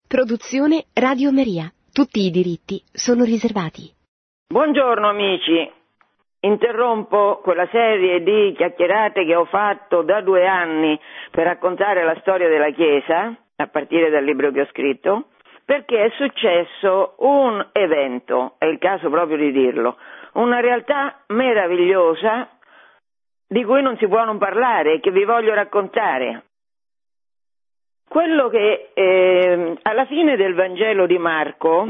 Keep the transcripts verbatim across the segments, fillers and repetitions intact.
Produzione Radio Maria. Tutti i diritti sono riservati. Buongiorno amici. Interrompo quella serie di chiacchierate che ho fatto da due anni per raccontare la storia della Chiesa, a partire dal libro che ho scritto, perché è successo un evento, è il caso proprio di dirlo, una realtà meravigliosa di cui non si può non parlare e che vi voglio raccontare. Quello che eh, alla fine del Vangelo di Marco,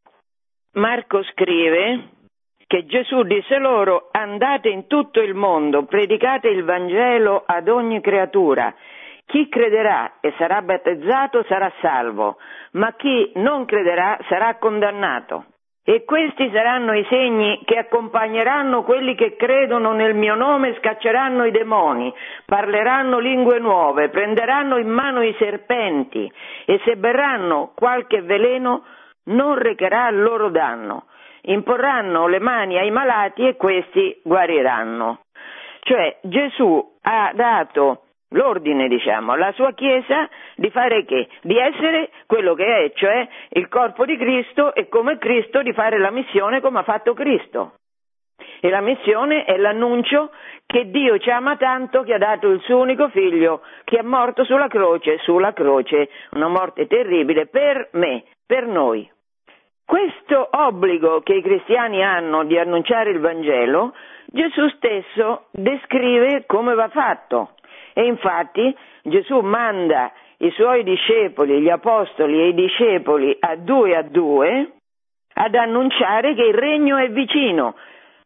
Marco scrive che Gesù disse loro: andate in tutto il mondo, predicate il Vangelo ad ogni creatura. Chi crederà e sarà battezzato sarà salvo, ma chi non crederà sarà condannato. E questi saranno i segni che accompagneranno quelli che credono nel mio nome: scacceranno i demoni, parleranno lingue nuove, prenderanno in mano i serpenti e se berranno qualche veleno non recherà loro danno. Imporranno le mani ai malati e questi guariranno. Cioè Gesù ha dato l'ordine, diciamo, alla sua Chiesa di fare che? Di essere quello che è, cioè il corpo di Cristo, e come Cristo di fare la missione come ha fatto Cristo. E la missione è l'annuncio che Dio ci ama tanto che ha dato il suo unico figlio, che è morto sulla croce, sulla croce, una morte terribile per me, per noi. Questo obbligo che i cristiani hanno di annunciare il Vangelo, Gesù stesso descrive come va fatto. E infatti Gesù manda i suoi discepoli, gli apostoli e i discepoli a due a due ad annunciare che il regno è vicino.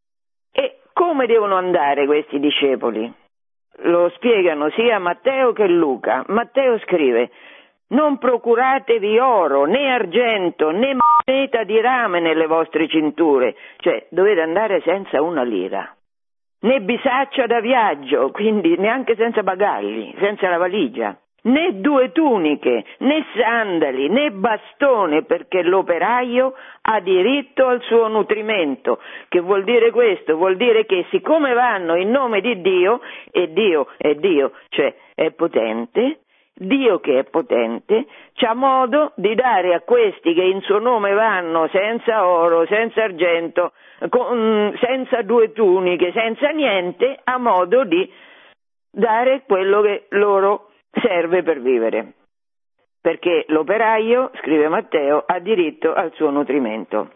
E come devono andare questi discepoli? Lo spiegano sia Matteo che Luca. Matteo scrive: non procuratevi oro, né argento, né moneta di rame nelle vostre cinture, cioè dovete andare senza una lira. Né bisaccia da viaggio, quindi neanche senza bagagli, senza la valigia, né due tuniche, né sandali, né bastone, perché l'operaio ha diritto al suo nutrimento. Che vuol dire questo? Vuol dire che siccome vanno in nome di Dio, e Dio è Dio, cioè è potente, Dio che è potente, c'ha modo di dare a questi che in suo nome vanno senza oro, senza argento, con, senza due tuniche, senza niente, ha modo di dare quello che loro serve per vivere. Perché l'operaio, scrive Matteo, ha diritto al suo nutrimento.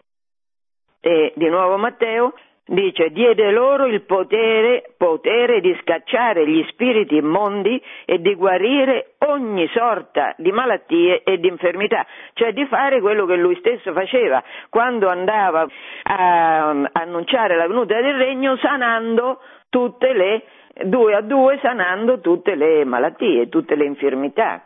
E di nuovo Matteo dice: diede loro il potere, potere di scacciare gli spiriti immondi e di guarire ogni sorta di malattie e di infermità, cioè di fare quello che lui stesso faceva quando andava a annunciare la venuta del regno, sanando tutte le, due a due, sanando tutte le malattie, tutte le infermità.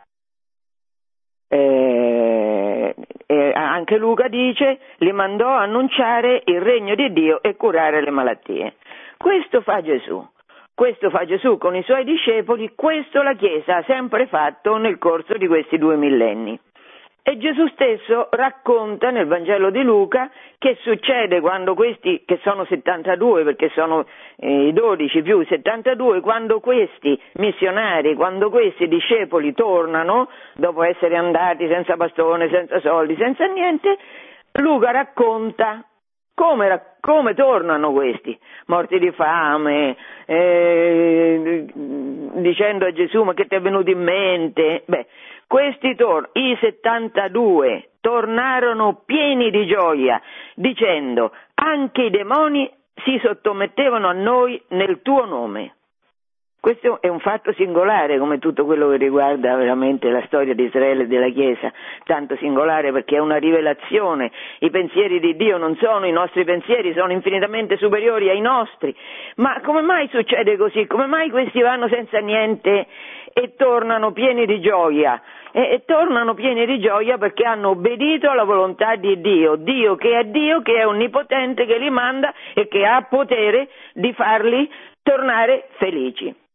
Eh, eh, anche Luca dice: li mandò a annunciare il regno di Dio e curare le malattie. Questo fa Gesù, questo fa Gesù con i suoi discepoli, questo la Chiesa ha sempre fatto nel corso di questi due millenni. E Gesù stesso racconta nel Vangelo di Luca che succede quando questi, che sono settantadue, perché sono eh, i dodici più settantadue, quando questi missionari, quando questi discepoli tornano, dopo essere andati senza bastone, senza soldi, senza niente, Luca racconta come, come tornano questi, morti di fame, eh, dicendo a Gesù: ma che ti è venuto in mente? Beh, questi tor- i settantadue tornarono pieni di gioia, dicendo: anche i demoni si sottomettevano a noi nel tuo nome. Questo è un fatto singolare, come tutto quello che riguarda veramente la storia di Israele e della Chiesa, tanto singolare perché è una rivelazione. I pensieri di Dio non sono i nostri pensieri, sono infinitamente superiori ai nostri. Ma come mai succede così? Come mai questi vanno senza niente e tornano pieni di gioia? E, e tornano pieni di gioia perché hanno obbedito alla volontà di Dio, Dio che è Dio, che è onnipotente, che li manda e che ha potere di farli tornare felici.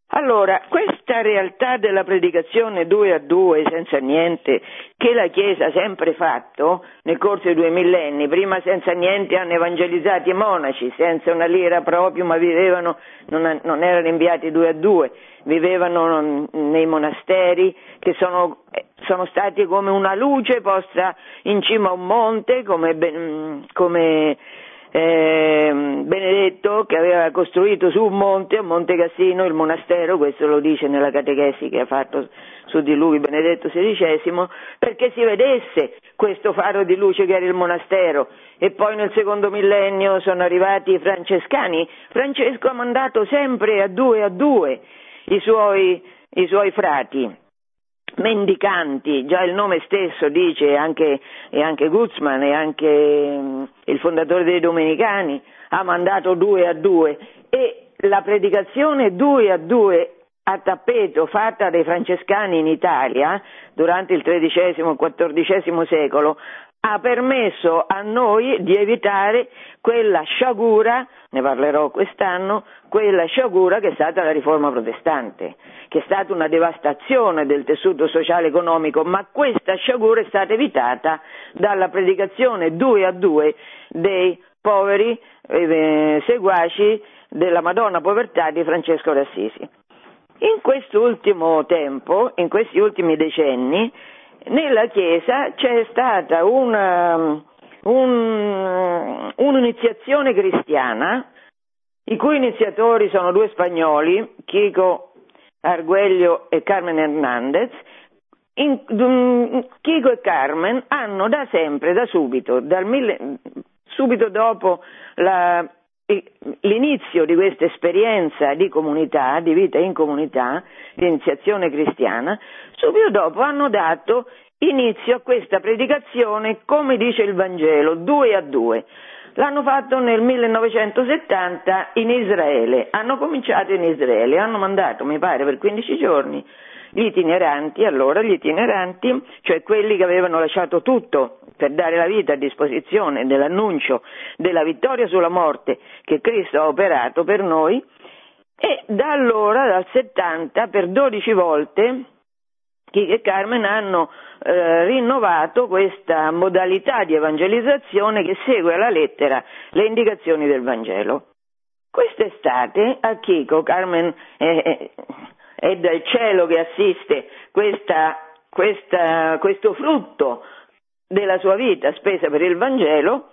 Allora, questa realtà della predicazione due a due, senza niente, che la Chiesa ha sempre fatto nel corso dei due millenni, prima senza niente hanno evangelizzato i monaci, senza una lira proprio, ma vivevano, non, non erano inviati due a due, vivevano nei monasteri che sono, sono stati come una luce posta in cima a un monte, come, come Eh, Benedetto, che aveva costruito su un monte, a Monte Cassino, il monastero, questo lo dice nella catechesi che ha fatto su di lui Benedetto sedicesimo, perché si vedesse questo faro di luce che era il monastero. E poi nel secondo millennio sono arrivati i francescani. Francesco ha mandato sempre a due a due i suoi, i suoi frati mendicanti, già il nome stesso dice, anche, e anche Guzman e anche um, il fondatore dei Domenicani ha mandato due a due, e la predicazione due a due a tappeto fatta dai francescani in Italia durante il tredicesimo e quattordicesimo secolo ha permesso a noi di evitare quella sciagura, ne parlerò quest'anno, quella sciagura che è stata la riforma protestante, che è stata una devastazione del tessuto sociale economico, ma questa sciagura è stata evitata dalla predicazione due a due dei poveri eh, seguaci della Madonna Povertà di Francesco d'Assisi. In quest'ultimo tempo, in questi ultimi decenni, nella Chiesa c'è stata una, un, un'iniziazione cristiana, i cui iniziatori sono due spagnoli, Chico Arguello e Carmen Hernandez. In, um, Chico e Carmen hanno da sempre, da subito, dal mille, subito dopo la, l'inizio di questa esperienza di comunità, di vita in comunità, di iniziazione cristiana, subito dopo hanno dato inizio a questa predicazione, come dice il Vangelo, due a due. L'hanno fatto nel millenovecentosettanta in Israele, hanno cominciato in Israele, hanno mandato, mi pare, per quindici giorni gli itineranti, allora gli itineranti, cioè quelli che avevano lasciato tutto per dare la vita a disposizione dell'annuncio della vittoria sulla morte che Cristo ha operato per noi, e da allora, dal settanta, per dodici volte, Chico e Carmen hanno eh, rinnovato questa modalità di evangelizzazione che segue alla lettera le indicazioni del Vangelo. Quest'estate a Chico, Carmen eh, è dal cielo che assiste questa, questa, questo frutto della sua vita spesa per il Vangelo,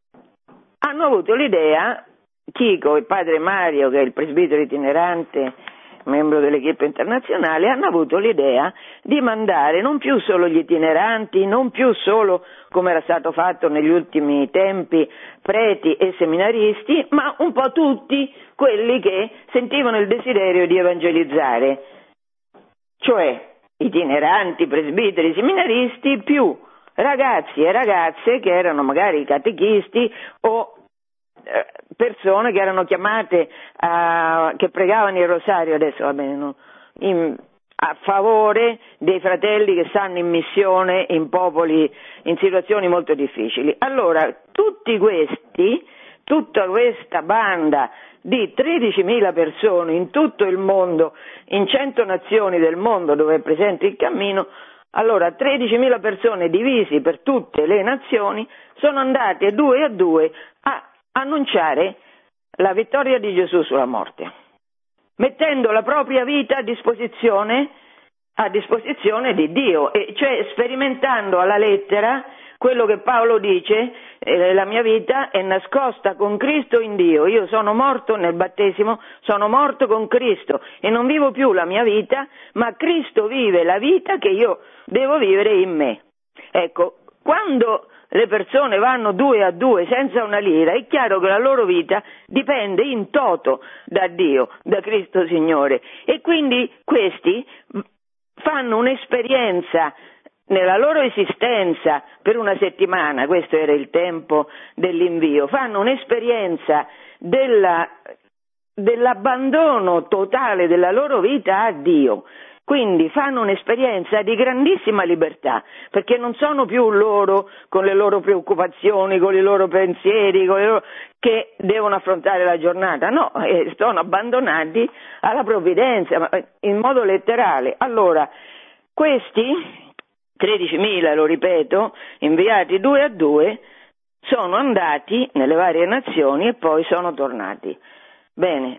hanno avuto l'idea, Chico e padre Mario, che è il presbitero itinerante, membro dell'equipe internazionale, hanno avuto l'idea di mandare non più solo gli itineranti, non più solo, come era stato fatto negli ultimi tempi, preti e seminaristi, ma un po' tutti quelli che sentivano il desiderio di evangelizzare, cioè itineranti, presbiteri, seminaristi, più ragazzi e ragazze che erano magari catechisti o persone che erano chiamate a, che pregavano il rosario, adesso va bene, no? in, a favore dei fratelli che stanno in missione in popoli, in situazioni molto difficili. Allora, tutti questi, tutta questa banda di tredicimila persone in tutto il mondo, in cento nazioni del mondo dove è presente il cammino, allora tredicimila persone divisi per tutte le nazioni sono andate due a due a annunciare la vittoria di Gesù sulla morte, mettendo la propria vita a disposizione, a disposizione di Dio, e cioè sperimentando alla lettera quello che Paolo dice, eh, la mia vita è nascosta con Cristo in Dio, io sono morto nel battesimo, sono morto con Cristo e non vivo più la mia vita, ma Cristo vive la vita che io devo vivere in me. Ecco, quando le persone vanno due a due senza una lira, è chiaro che la loro vita dipende in toto da Dio, da Cristo Signore, e quindi questi fanno un'esperienza nella loro esistenza per una settimana, questo era il tempo dell'invio, fanno un'esperienza della, dell'abbandono totale della loro vita a Dio. Quindi fanno un'esperienza di grandissima libertà, perché non sono più loro con le loro preoccupazioni, con i loro pensieri, con le loro... che devono affrontare la giornata, no, eh, sono abbandonati alla provvidenza, ma in modo letterale. Allora, questi tredicimila, lo ripeto, inviati due a due, sono andati nelle varie nazioni e poi sono tornati. Bene,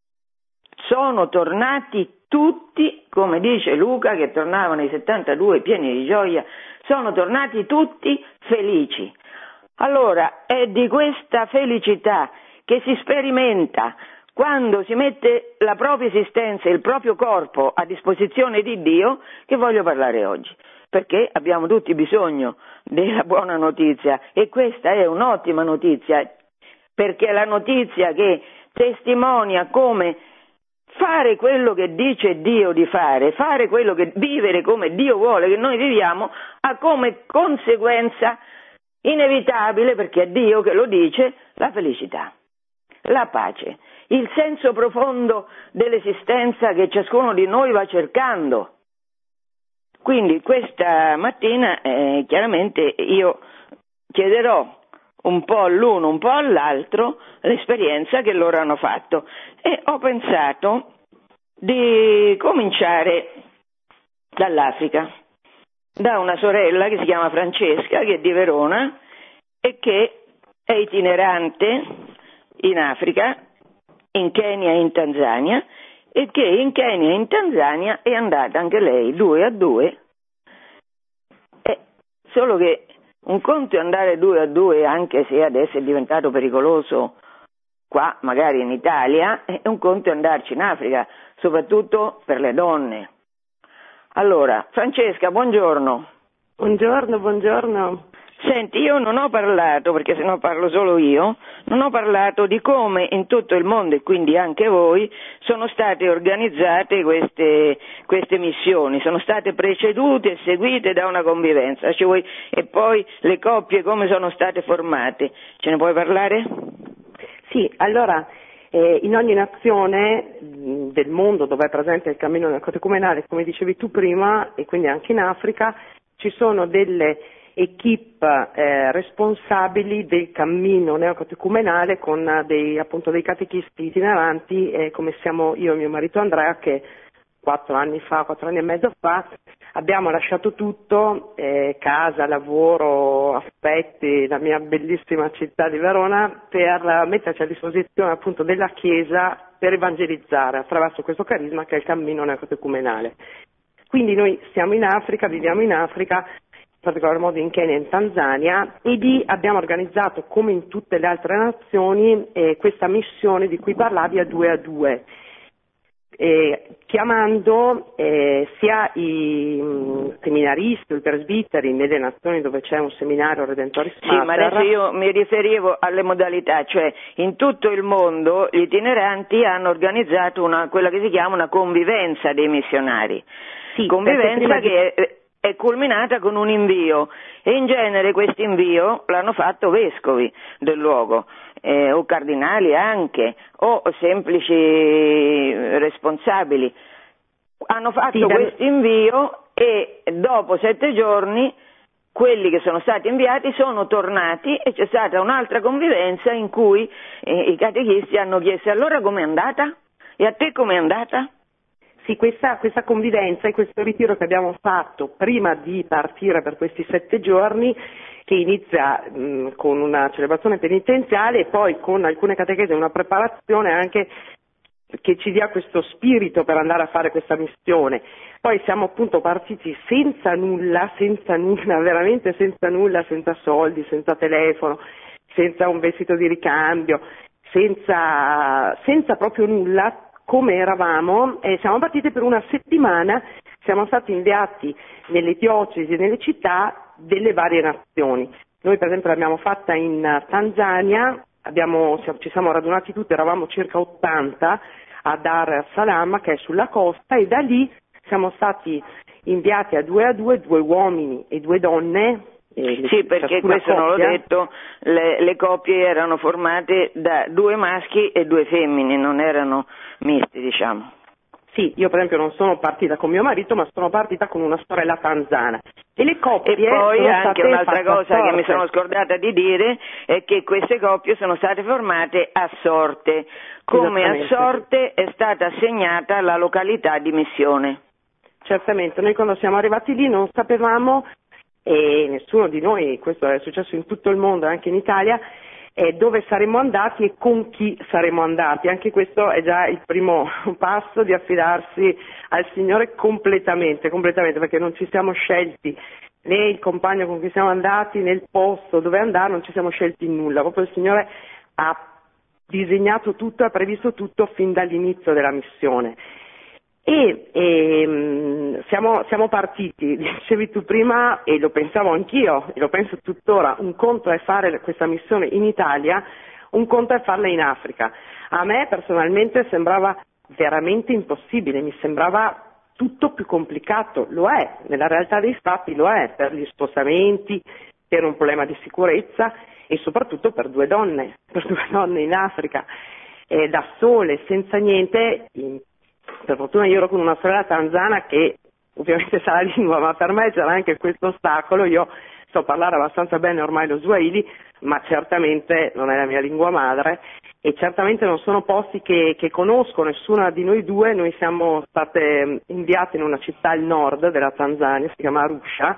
sono tornati tutti, come dice Luca, che tornavano i settantadue pieni di gioia, sono tornati tutti felici. Allora, è di questa felicità che si sperimenta quando si mette la propria esistenza e il proprio corpo a disposizione di Dio che voglio parlare oggi, perché abbiamo tutti bisogno della buona notizia e questa è un'ottima notizia, perché è la notizia che testimonia come fare quello che dice Dio di fare, fare quello che vivere come Dio vuole che noi viviamo, ha come conseguenza inevitabile, perché è Dio che lo dice, la felicità, la pace, il senso profondo dell'esistenza che ciascuno di noi va cercando. Quindi questa mattina eh, chiaramente io chiederò un po' all'uno, un po' all'altro l'esperienza che loro hanno fatto e ho pensato di cominciare dall'Africa, da una sorella che si chiama Francesca, che è di Verona e che è itinerante in Africa, in Kenya e in Tanzania, e che in Kenya e in Tanzania è andata anche lei due a due, e solo che un conto è andare due a due, anche se adesso è diventato pericoloso qua, magari in Italia, e un conto è andarci in Africa, soprattutto per le donne. Allora, Francesca, buongiorno. Buongiorno, buongiorno. Senti, io non ho parlato, perché sennò parlo solo io, non ho parlato di come in tutto il mondo, e quindi anche voi, sono state organizzate queste, queste missioni, sono state precedute e seguite da una convivenza, cioè voi, e poi le coppie come sono state formate. Ce ne puoi parlare? Sì, allora, eh, in ogni nazione mh, del mondo dove è presente il cammino neocatecumenale, come dicevi tu prima, e quindi anche in Africa, ci sono delle equip eh, responsabili del cammino neocatecumenale con dei, appunto, dei catechisti itineranti, eh, come siamo io e mio marito Andrea, che quattro anni fa, quattro anni e mezzo fa, abbiamo lasciato tutto, eh, casa, lavoro, affetti, la mia bellissima città di Verona, per metterci a disposizione appunto della Chiesa per evangelizzare attraverso questo carisma che è il cammino neocatecumenale. Quindi noi siamo in Africa, viviamo in Africa, in particolar modo in Kenya e in Tanzania, e lì abbiamo organizzato, come in tutte le altre nazioni, eh, questa missione di cui parlavi a due a due, eh, chiamando eh, sia i mh, seminaristi o i presbiteri nelle nazioni dove c'è un seminario Redentoris Mater. Sì, ma adesso io mi riferivo alle modalità, cioè in tutto il mondo gli itineranti hanno organizzato una, quella che si chiama una convivenza dei missionari, sì, convivenza che di... è, è culminata con un invio, e in genere questo invio l'hanno fatto vescovi del luogo, eh, o cardinali anche, o semplici responsabili. Hanno fatto sì, questo invio e dopo sette giorni quelli che sono stati inviati sono tornati e c'è stata un'altra convivenza in cui eh, i catechisti hanno chiesto: allora com'è andata? E a te com'è andata? Sì, questa, questa convivenza e questo ritiro che abbiamo fatto prima di partire per questi sette giorni, che inizia mh, con una celebrazione penitenziale e poi con alcune catechesi e una preparazione anche che ci dia questo spirito per andare a fare questa missione. Poi siamo appunto partiti senza nulla, senza nulla, veramente senza nulla, senza soldi, senza telefono, senza un vestito di ricambio, senza, senza proprio nulla, come eravamo, e siamo partiti per una settimana, siamo stati inviati nelle diocesi e nelle città delle varie nazioni. Noi per esempio l'abbiamo fatta in Tanzania, abbiamo, ci siamo radunati tutti, eravamo circa ottanta a Dar es Salaam, che è sulla costa, e da lì siamo stati inviati a due a due, due uomini e due donne. Eh, sì, perché questo coppia. Non l'ho detto, le, le coppie erano formate da due maschi e due femmine, non erano misti, diciamo. Sì, io per esempio non sono partita con mio marito, ma sono partita con una sorella tanzana. E le coppie E poi sono anche state un'altra fatte cosa a che mi sorte. sono scordata di dire è che queste coppie sono state formate a sorte, come a Esattamente. sorte è stata assegnata la località di missione. Certamente, noi quando siamo arrivati lì non sapevamo, e nessuno di noi, questo è successo in tutto il mondo, anche in Italia, eh, dove saremmo andati e con chi saremmo andati. Anche questo è già il primo passo di affidarsi al Signore completamente, completamente, perché non ci siamo scelti né il compagno con cui siamo andati né il posto dove andare, non ci siamo scelti in nulla, proprio il Signore ha disegnato tutto, ha previsto tutto fin dall'inizio della missione. E, e siamo, siamo partiti, dicevi tu prima, e lo pensavo anch'io, e lo penso tuttora, un conto è fare questa missione in Italia, un conto è farla in Africa. A me personalmente sembrava veramente impossibile, mi sembrava tutto più complicato, lo è, nella realtà dei fatti lo è, per gli spostamenti, per un problema di sicurezza e soprattutto per due donne, per due donne in Africa, eh, da sole, senza niente. In, per fortuna io ero con una sorella tanzana che ovviamente sa la lingua, ma per me c'era anche questo ostacolo. Io so parlare abbastanza bene ormai lo Swahili, ma certamente non è la mia lingua madre e certamente non sono posti che, che conosco, nessuna di noi due. Noi siamo state inviate in una città al nord della Tanzania, si chiama Arusha,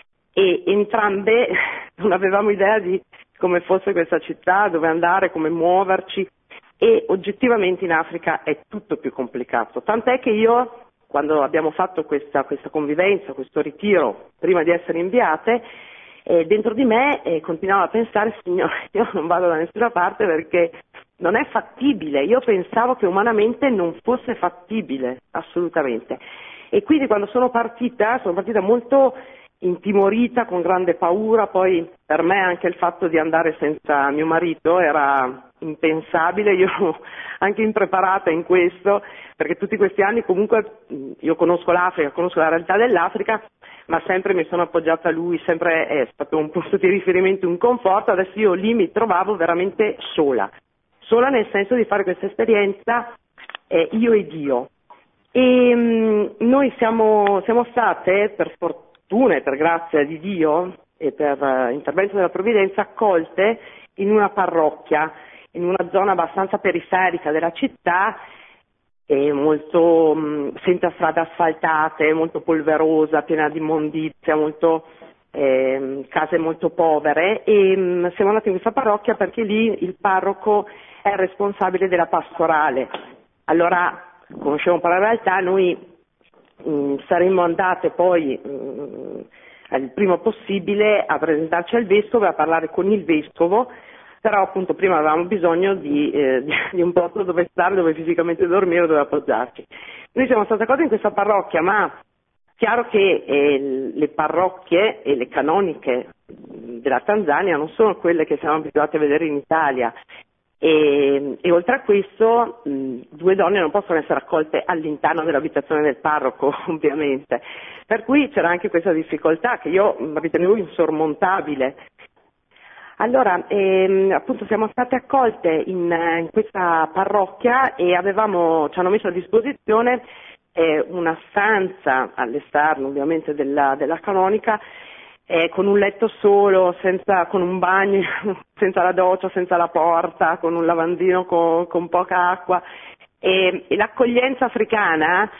e entrambe non avevamo idea di come fosse questa città, dove andare, come muoverci, e oggettivamente in Africa è tutto più complicato, tant'è che io, quando abbiamo fatto questa, questa convivenza, questo ritiro, prima di essere inviate, eh, dentro di me eh, continuavo a pensare: Signore, io non vado da nessuna parte perché non è fattibile. Io pensavo che umanamente non fosse fattibile, assolutamente. E quindi quando sono partita, sono partita molto intimorita, con grande paura. Poi per me anche il fatto di andare senza mio marito era impensabile, io anche impreparata in questo, perché tutti questi anni comunque io conosco l'Africa, conosco la realtà dell'Africa, ma sempre mi sono appoggiata a lui, sempre è stato un punto di riferimento, un conforto. Adesso io lì mi trovavo veramente sola, sola nel senso di fare questa esperienza eh, io e Dio. E mh, noi siamo, siamo state, per fortuna e per grazia di Dio e per uh, intervento della provvidenza, accolte in una parrocchia, in una zona abbastanza periferica della città, e molto mh, senza strade asfaltate, molto polverosa, piena di immondizia, molto, eh, case molto povere, e mh, siamo andati in questa parrocchia perché lì il parroco è responsabile della pastorale. Allora conosciamo un po' la realtà, noi mh, saremmo andate poi mh, il prima possibile a presentarci al vescovo e a parlare con il vescovo, però appunto prima avevamo bisogno di, eh, di un posto dove stare, dove fisicamente dormire, dove appoggiarci. Noi siamo state accolte in questa parrocchia, ma chiaro che eh, le parrocchie e le canoniche della Tanzania non sono quelle che siamo abituati a vedere in Italia, e, e oltre a questo mh, due donne non possono essere accolte all'interno dell'abitazione del parroco, ovviamente, per cui c'era anche questa difficoltà che io ritenevo insormontabile. Allora, ehm, appunto siamo state accolte in, in questa parrocchia e avevamo, ci hanno messo a disposizione eh, una stanza all'esterno ovviamente della, della canonica, eh, con un letto solo, senza, con un bagno, senza la doccia, senza la porta, con un lavandino con, con poca acqua, e, e l'accoglienza africana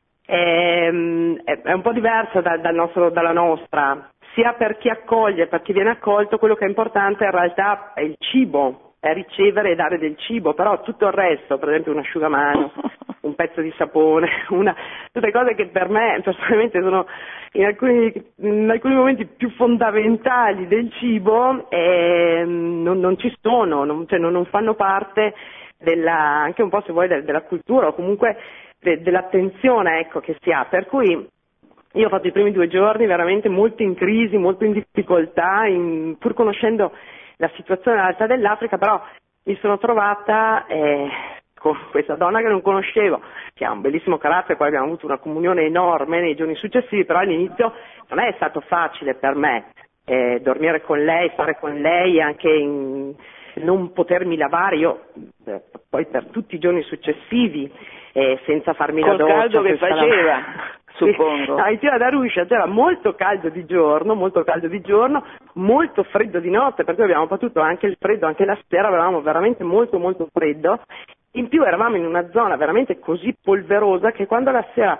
ehm, è, è un po' diversa da, dal nostro, dalla nostra. Sia per chi accoglie, per chi viene accolto, quello che è importante in realtà è il cibo, è ricevere e dare del cibo, però tutto il resto, per esempio un asciugamano, un pezzo di sapone, una, tutte cose che per me personalmente sono in alcuni, in alcuni momenti più fondamentali del cibo, eh, non, non ci sono, non, cioè non, non fanno parte della, anche un po' se vuoi della cultura o comunque de, dell'attenzione, ecco, che si ha, per cui io ho fatto i primi due giorni veramente molto in crisi, molto in difficoltà, in, pur conoscendo la situazione in realtà dell'Africa, però mi sono trovata eh, con questa donna che non conoscevo, che ha un bellissimo carattere, poi abbiamo avuto una comunione enorme nei giorni successivi, però all'inizio non è stato facile per me eh, dormire con lei, stare con lei, anche in, non potermi lavare, io eh, poi per tutti i giorni successivi eh, senza farmi Col la doccia. caldo che faceva, la... suppongo. No, in Pieve ad Arusha c'era molto caldo di giorno, molto caldo di giorno, molto freddo di notte, perché abbiamo potuto anche il freddo, anche la sera avevamo veramente molto molto freddo. In più eravamo in una zona veramente così polverosa che quando la sera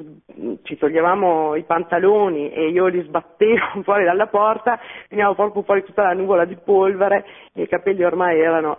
ci toglievamo i pantaloni e io li sbattevo fuori dalla porta, veniva proprio fuori tutta la nuvola di polvere e i capelli ormai erano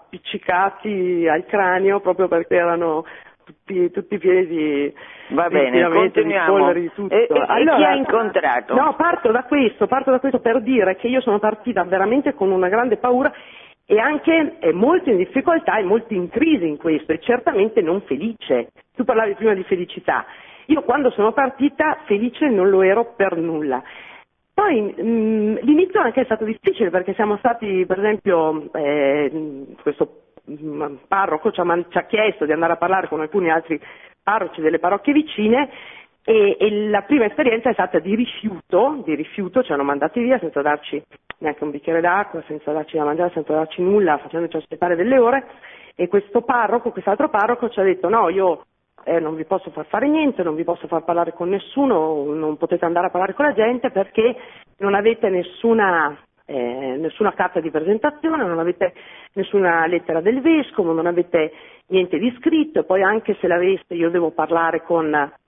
appiccicati al cranio proprio perché erano tutti, tutti pieni di, Va bene, continuiamo. Di polvere, di tutto. E, e, allora, e chi ha incontrato? No, parto da questo, parto da questo per dire che io sono partita veramente con una grande paura e anche eh, molto in difficoltà e molto in crisi in questo e certamente non felice. Tu parlavi prima di felicità. Io quando sono partita felice non lo ero per nulla. Poi mh, l'inizio anche è stato difficile perché siamo stati, per esempio, eh, questo mh, parroco ci ha, ci ha chiesto di andare a parlare con alcuni altri parroci delle parrocchie vicine e, e la prima esperienza è stata di rifiuto, di rifiuto, ci hanno mandati via senza darci neanche un bicchiere d'acqua, senza darci da mangiare, senza darci nulla, facendoci aspettare delle ore e questo parroco, quest'altro parroco ci ha detto no, io Eh, non vi posso far fare niente, non vi posso far parlare con nessuno, non potete andare a parlare con la gente perché non avete nessuna, eh, nessuna carta di presentazione, non avete nessuna lettera del vescovo, non avete niente di scritto e poi anche se l'aveste io devo parlare con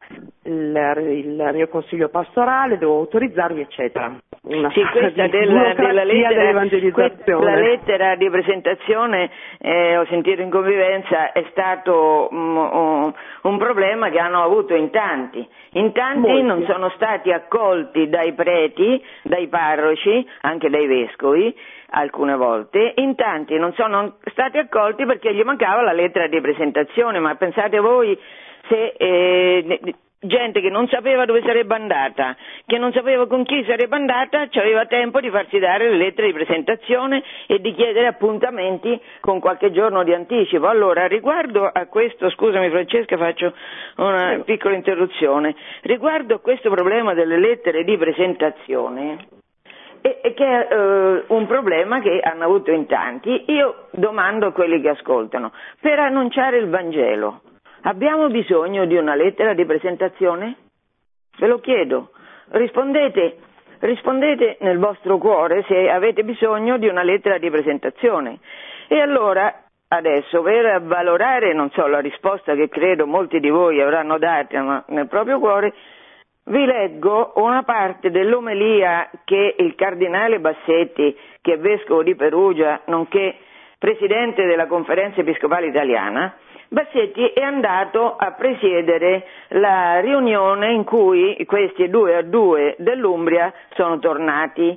il, il mio consiglio pastorale, devo autorizzarvi eccetera. Una sì, questa della, della lettera, questa, la lettera di presentazione, eh, ho sentito in convivenza, è stato um, un, un problema che hanno avuto in tanti. In tanti Molti. Non sono stati accolti dai preti, dai parroci, anche dai vescovi, alcune volte, in tanti non sono stati accolti perché gli mancava la lettera di presentazione, ma pensate voi se eh, gente che non sapeva dove sarebbe andata, che non sapeva con chi sarebbe andata, aveva tempo di farsi dare le lettere di presentazione e di chiedere appuntamenti con qualche giorno di anticipo. Allora, riguardo a questo, scusami Francesca, faccio una piccola interruzione, riguardo a questo problema delle lettere di presentazione, e, e che è eh, un problema che hanno avuto in tanti, io domando a quelli che ascoltano, per annunciare il Vangelo, abbiamo bisogno di una lettera di presentazione? Ve lo chiedo. Rispondete, rispondete nel vostro cuore se avete bisogno di una lettera di presentazione. E allora, adesso, per valorare, non so, la risposta che credo molti di voi avranno dato nel proprio cuore, vi leggo una parte dell'omelia che il cardinale Bassetti, che è vescovo di Perugia, nonché presidente della Conferenza Episcopale Italiana, Bassetti è andato a presiedere la riunione in cui questi due a due dell'Umbria sono tornati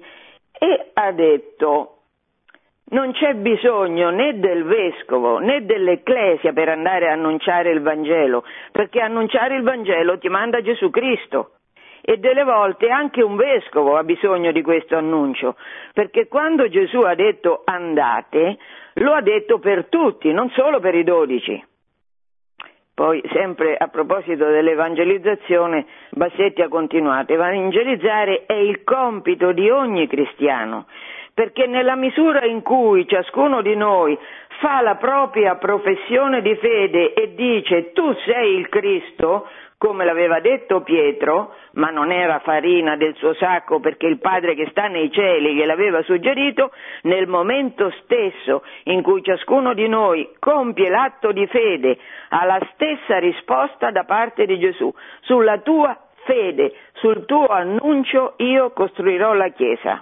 e ha detto: non c'è bisogno né del vescovo né dell'ecclesia per andare a annunciare il Vangelo, perché annunciare il Vangelo ti manda Gesù Cristo. E delle volte anche un vescovo ha bisogno di questo annuncio, perché quando Gesù ha detto andate, lo ha detto per tutti, non solo per i dodici. Poi, sempre a proposito dell'evangelizzazione, Bassetti ha continuato: evangelizzare è il compito di ogni cristiano, perché nella misura in cui ciascuno di noi fa la propria professione di fede e dice tu sei il Cristo, come l'aveva detto Pietro, ma non era farina del suo sacco perché il Padre che sta nei cieli gliel'aveva suggerito, nel momento stesso in cui ciascuno di noi compie l'atto di fede ha la stessa risposta da parte di Gesù: sulla tua fede, sul tuo annuncio io costruirò la Chiesa.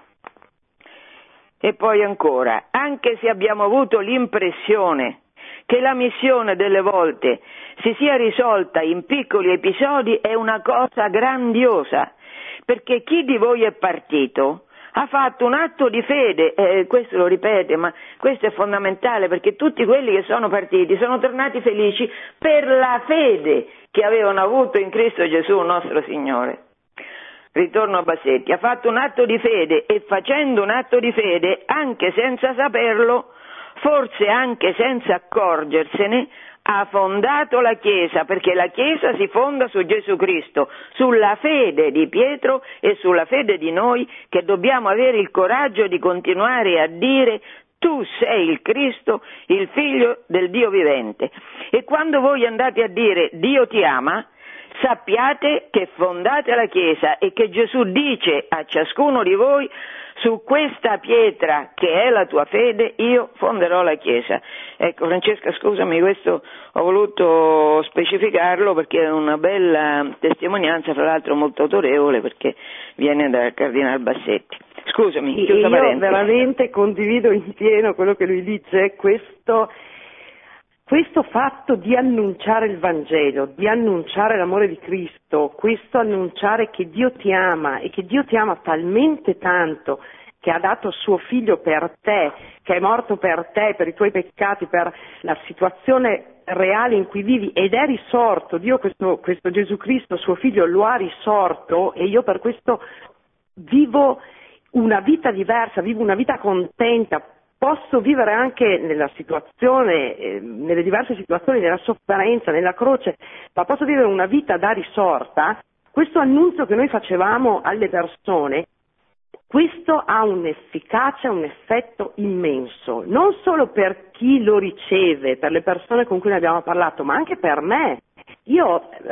E poi ancora, anche se abbiamo avuto l'impressione che la missione delle volte si sia risolta in piccoli episodi, è una cosa grandiosa, perché chi di voi è partito ha fatto un atto di fede, eh, questo lo ripete, ma questo è fondamentale, perché tutti quelli che sono partiti sono tornati felici per la fede che avevano avuto in Cristo Gesù nostro Signore. Ritorno a Bassetti, ha fatto un atto di fede e facendo un atto di fede, anche senza saperlo, forse anche senza accorgersene, ha fondato la Chiesa, perché la Chiesa si fonda su Gesù Cristo, sulla fede di Pietro e sulla fede di noi, che dobbiamo avere il coraggio di continuare a dire tu sei il Cristo, il figlio del Dio vivente. E quando voi andate a dire Dio ti ama, sappiate che fondate la Chiesa e che Gesù dice a ciascuno di voi: su questa pietra che è la tua fede io fonderò la Chiesa. Ecco, Francesca, scusami, questo ho voluto specificarlo perché è una bella testimonianza, fra l'altro molto autorevole, perché viene dal Cardinal Bassetti. Scusami, sì, chiusa io parentesi. veramente condivido in pieno quello che lui dice, questo Questo fatto di annunciare il Vangelo, di annunciare l'amore di Cristo, questo annunciare che Dio ti ama e che Dio ti ama talmente tanto che ha dato suo figlio per te, che è morto per te, per i tuoi peccati, per la situazione reale in cui vivi ed è risorto, Dio questo, questo Gesù Cristo, suo figlio, lo ha risorto e io per questo vivo una vita diversa, vivo una vita contenta. Posso vivere anche nella situazione, eh, nelle diverse situazioni, nella sofferenza, nella croce, ma posso vivere una vita da risorta. Questo annuncio che noi facevamo alle persone, questo ha un'efficacia, un effetto immenso, non solo per chi lo riceve, per le persone con cui ne abbiamo parlato, ma anche per me. Io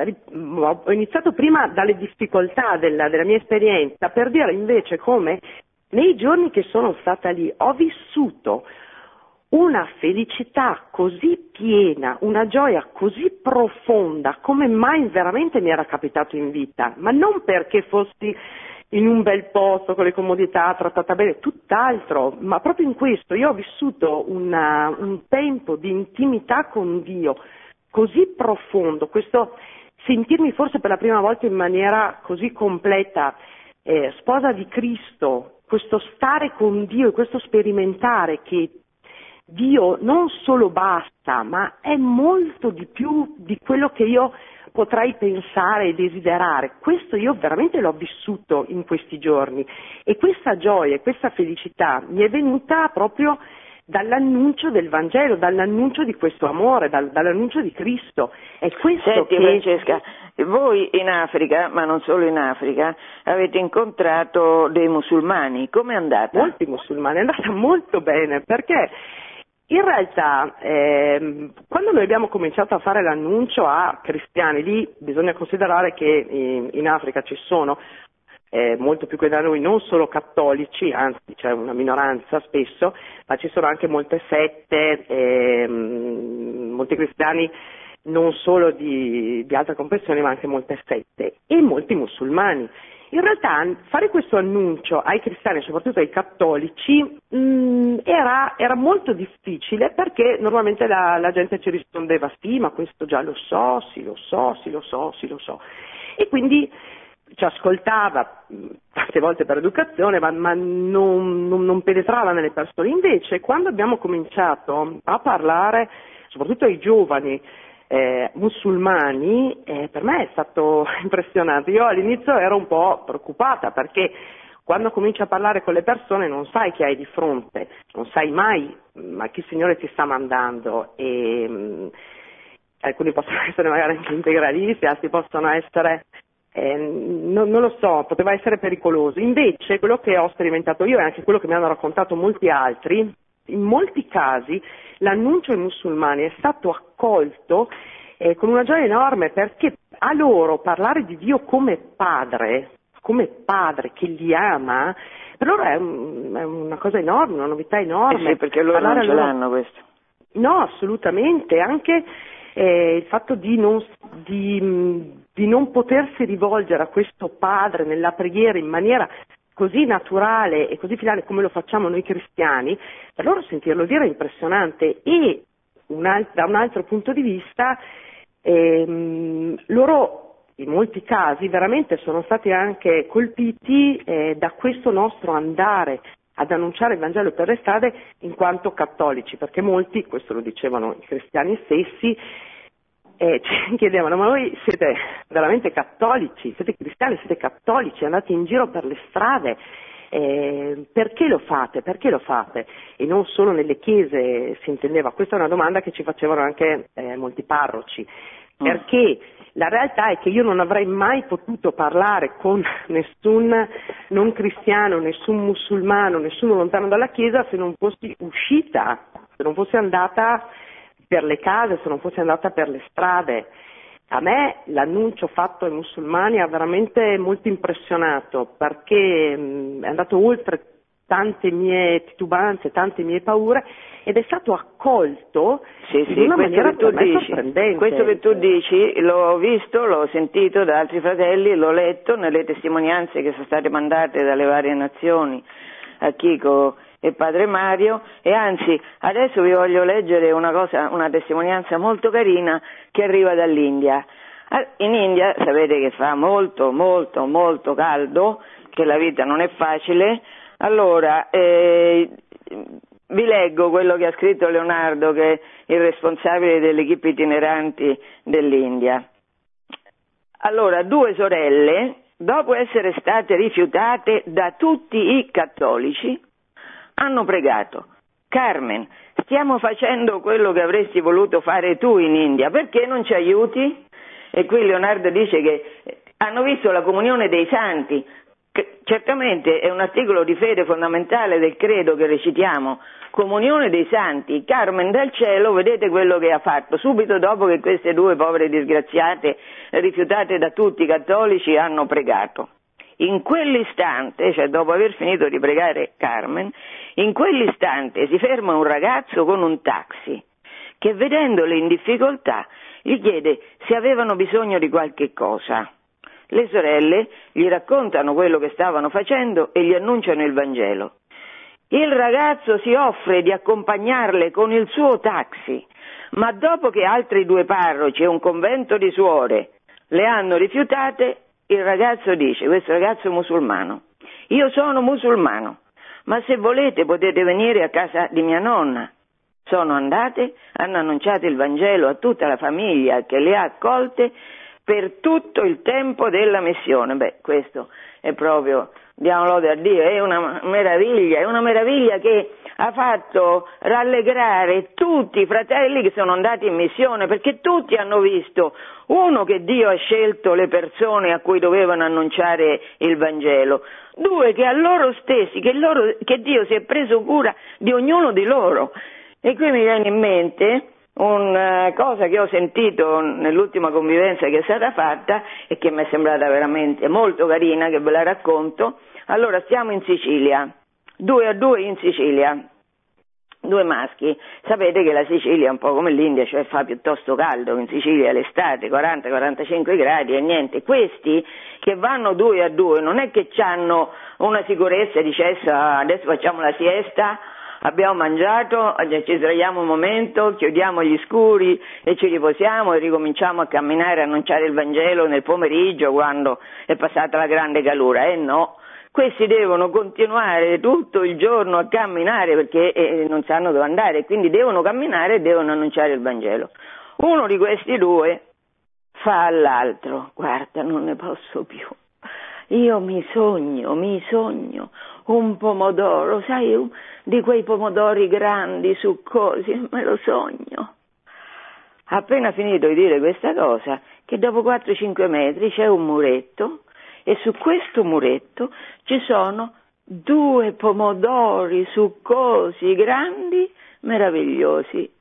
ho iniziato prima dalle difficoltà della, della mia esperienza, per dire invece come nei giorni che sono stata lì ho vissuto una felicità così piena, una gioia così profonda come mai veramente mi era capitato in vita, ma non perché fossi in un bel posto con le comodità, trattata bene, tutt'altro, ma proprio in questo io ho vissuto una, un tempo di intimità con Dio così profondo, questo sentirmi forse per la prima volta in maniera così completa eh, sposa di Cristo, questo stare con Dio e questo sperimentare che Dio non solo basta, ma è molto di più di quello che io potrei pensare e desiderare. Questo io veramente l'ho vissuto in questi giorni e questa gioia e questa felicità mi è venuta proprio dall'annuncio del Vangelo, dall'annuncio di questo amore, dal, dall'annuncio di Cristo. È questo Senti, che... Francesca, voi in Africa, ma non solo in Africa, avete incontrato dei musulmani, com'è andata? Molti musulmani, è andata molto bene, perché in realtà ehm, quando noi abbiamo cominciato a fare l'annuncio a cristiani, lì bisogna considerare che in, in Africa ci sono Eh, molto più che da noi, non solo cattolici, anzi c'è una minoranza spesso, ma ci sono anche molte sette, ehm, molti cristiani non solo di, di altre confessioni, ma anche molte sette e molti musulmani. In realtà fare questo annuncio ai cristiani, soprattutto ai cattolici, mh, era, era molto difficile perché normalmente la, la gente ci rispondeva sì, ma questo già lo so, sì lo so, sì lo so, sì lo so. E quindi ci ascoltava tante volte per educazione, ma, ma non, non, non penetrava nelle persone. Invece, quando abbiamo cominciato a parlare, soprattutto ai giovani eh, musulmani, eh, per me è stato impressionante. Io all'inizio ero un po' preoccupata perché quando cominci a parlare con le persone non sai chi hai di fronte, non sai mai ma chi il Signore ti sta mandando. E, mh, alcuni possono essere magari anche integralisti, altri possono essere... Eh, non, non lo so, poteva essere pericoloso. Invece quello che ho sperimentato io e anche quello che mi hanno raccontato molti altri, in molti casi l'annuncio ai musulmani è stato accolto eh, con una gioia enorme, perché a loro parlare di Dio come padre, come padre che li ama, per loro è, un, è una cosa enorme, una novità enorme. Eh sì, perché loro parlare non ce loro... l'hanno questo. No, assolutamente, anche eh, il fatto di non, di, di non potersi rivolgere a questo padre nella preghiera in maniera così naturale e così fidale come lo facciamo noi cristiani, per loro sentirlo dire è impressionante. E un alt- da un altro punto di vista ehm, loro in molti casi veramente sono stati anche colpiti eh, da questo nostro andare ad annunciare il Vangelo per le strade in quanto cattolici, perché molti, questo lo dicevano i cristiani stessi, eh, ci chiedevano: ma voi siete veramente cattolici, siete cristiani, siete cattolici, andate in giro per le strade, eh, perché lo fate, perché lo fate? E non solo nelle chiese si intendeva, questa è una domanda che ci facevano anche eh, molti parroci, perché La realtà è che io non avrei mai potuto parlare con nessun non cristiano, nessun musulmano, nessuno lontano dalla Chiesa se non fossi uscita, se non fossi andata per le case, se non fossi andata per le strade. A me l'annuncio fatto ai musulmani ha veramente molto impressionato, perché mh, è andato oltre tante mie titubanze, tante mie paure, ed è stato accolto sì, in sì, una questo maniera che tu dici, sorprendente. questo che tu dici l'ho visto, l'ho sentito da altri fratelli, l'ho letto nelle testimonianze che sono state mandate dalle varie nazioni a Chico e Padre Mario, e anzi adesso vi voglio leggere una cosa, una testimonianza molto carina che arriva dall'India. In India sapete che fa molto molto molto caldo, che la vita non è facile. Allora eh, vi leggo quello che ha scritto Leonardo, che è il responsabile delle equipe itineranti dell'India. Allora, due sorelle, dopo essere state rifiutate da tutti i cattolici, hanno pregato: Carmen, stiamo facendo quello che avresti voluto fare tu in India, perché non ci aiuti? E qui Leonardo dice che hanno visto la comunione dei santi, che certamente è un articolo di fede fondamentale del credo che recitiamo, comunione dei santi. Carmen dal cielo, vedete quello che ha fatto, subito dopo che queste due povere disgraziate, rifiutate da tutti i cattolici, hanno pregato. In quell'istante, cioè dopo aver finito di pregare Carmen, in quell'istante si ferma un ragazzo con un taxi che, vedendole in difficoltà, gli chiede se avevano bisogno di qualche cosa. Le sorelle gli raccontano quello che stavano facendo e gli annunciano il Vangelo. Il ragazzo si offre di accompagnarle con il suo taxi, ma dopo che altri due parroci e un convento di suore le hanno rifiutate, il ragazzo dice, questo ragazzo musulmano: io sono musulmano, ma se volete potete venire a casa di mia nonna. Sono andate, hanno annunciato il Vangelo a tutta la famiglia che le ha accolte per tutto il tempo della missione. Beh, questo è proprio, diamo lode a Dio, è una meraviglia, è una meraviglia che ha fatto rallegrare tutti i fratelli che sono andati in missione, perché tutti hanno visto, uno, che Dio ha scelto le persone a cui dovevano annunciare il Vangelo, due, che a loro stessi, che, loro, che Dio si è preso cura di ognuno di loro. E qui mi viene in mente una cosa che ho sentito nell'ultima convivenza che è stata fatta e che mi è sembrata veramente molto carina, che ve la racconto. Allora, stiamo in Sicilia, due a due in Sicilia, due maschi. Sapete che la Sicilia è un po' come l'India, cioè fa piuttosto caldo. In Sicilia l'estate quaranta quarantacinque gradi e niente. Questi che vanno due a due non è che hanno una sicurezza, dice adesso facciamo la siesta, abbiamo mangiato, ci sdraiamo un momento, chiudiamo gli scuri e ci riposiamo e ricominciamo a camminare, a annunciare il Vangelo nel pomeriggio quando è passata la grande calura. Eh no, questi devono continuare tutto il giorno a camminare perché eh, non sanno dove andare, quindi devono camminare e devono annunciare il Vangelo. Uno di questi due fa all'altro: guarda, non ne posso più. Io mi sogno, mi sogno un pomodoro, sai, un, di quei pomodori grandi, succosi, me lo sogno. Appena finito di dire questa cosa, che dopo quattro cinque metri c'è un muretto e su questo muretto ci sono due pomodori succosi, grandi, meravigliosi.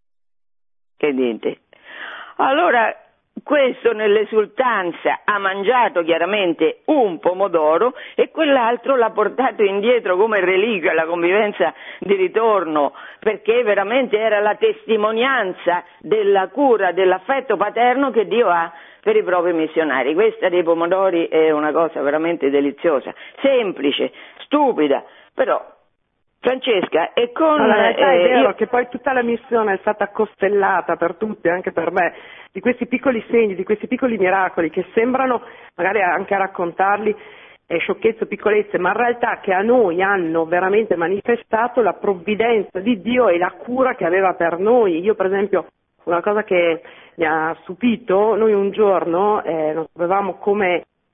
Che dite? Allora, questo nell'esultanza ha mangiato chiaramente un pomodoro e quell'altro l'ha portato indietro come reliquia alla convivenza di ritorno, perché veramente era la testimonianza della cura, dell'affetto paterno che Dio ha per i propri missionari. Questa dei pomodori è una cosa veramente deliziosa, semplice, stupida, però Francesca, e con... No, la realtà è eh, vero io... che poi tutta la missione è stata costellata per tutti, anche per me, di questi piccoli segni, di questi piccoli miracoli che sembrano, magari anche a raccontarli, eh, sciocchezze, piccolezze, ma in realtà che a noi hanno veramente manifestato la provvidenza di Dio e la cura che aveva per noi. Io per esempio, una cosa che mi ha stupito, noi un giorno eh, non sapevamo come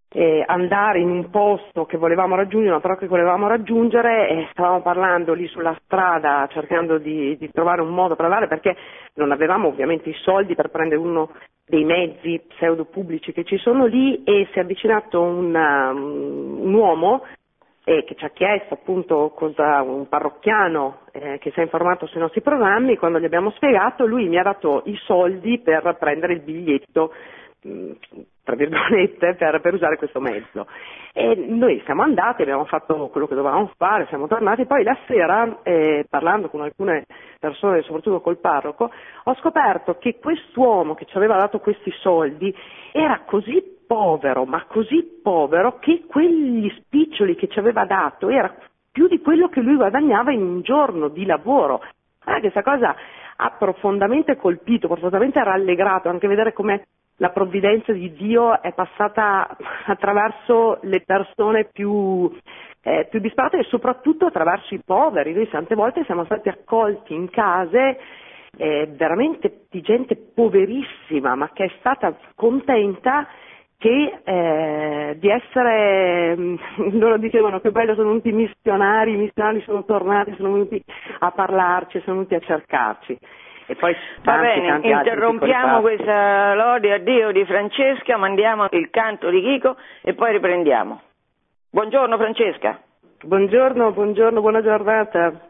eh, andare in un posto che volevamo raggiungere, una però che volevamo raggiungere, e stavamo parlando lì sulla strada cercando di, di trovare un modo per andare, perché non avevamo ovviamente i soldi per prendere uno dei mezzi pseudo pubblici che ci sono lì, e si è avvicinato un, um, un uomo eh, che ci ha chiesto appunto cosa, un parrocchiano eh, che si è informato sui nostri programmi. Quando gli abbiamo spiegato, lui mi ha dato i soldi per prendere il biglietto, tra virgolette, per, per usare questo mezzo, e noi siamo andati, abbiamo fatto quello che dovevamo fare, siamo tornati. Poi la sera, eh, parlando con alcune persone, soprattutto col parroco, ho scoperto che quest'uomo che ci aveva dato questi soldi era così povero, ma così povero, che quegli spiccioli che ci aveva dato era più di quello che lui guadagnava in un giorno di lavoro. Ah, questa cosa ha profondamente colpito, profondamente rallegrato, anche vedere come la provvidenza di Dio è passata attraverso le persone più, eh, più disperate, e soprattutto attraverso i poveri. Noi tante volte siamo stati accolti in case eh, veramente di gente poverissima, ma che è stata contenta che eh, di essere, loro dicevano che bello, sono venuti i missionari, i missionari sono tornati, sono venuti a parlarci, sono venuti a cercarci. E poi Va tanti, bene, tanti interrompiamo questa lode a Dio di Francesca, mandiamo il canto di Chico e poi riprendiamo. Buongiorno Francesca. Buongiorno, buongiorno, buona giornata.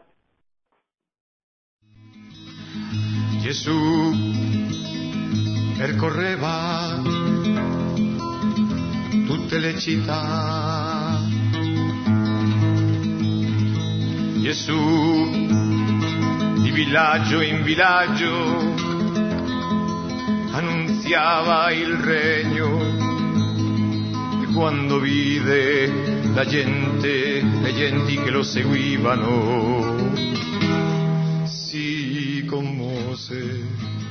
Gesù percorreva tutte le città. Gesù di villaggio in villaggio annunziava il regno, e quando vide la gente, le genti che lo seguivano, si commosse.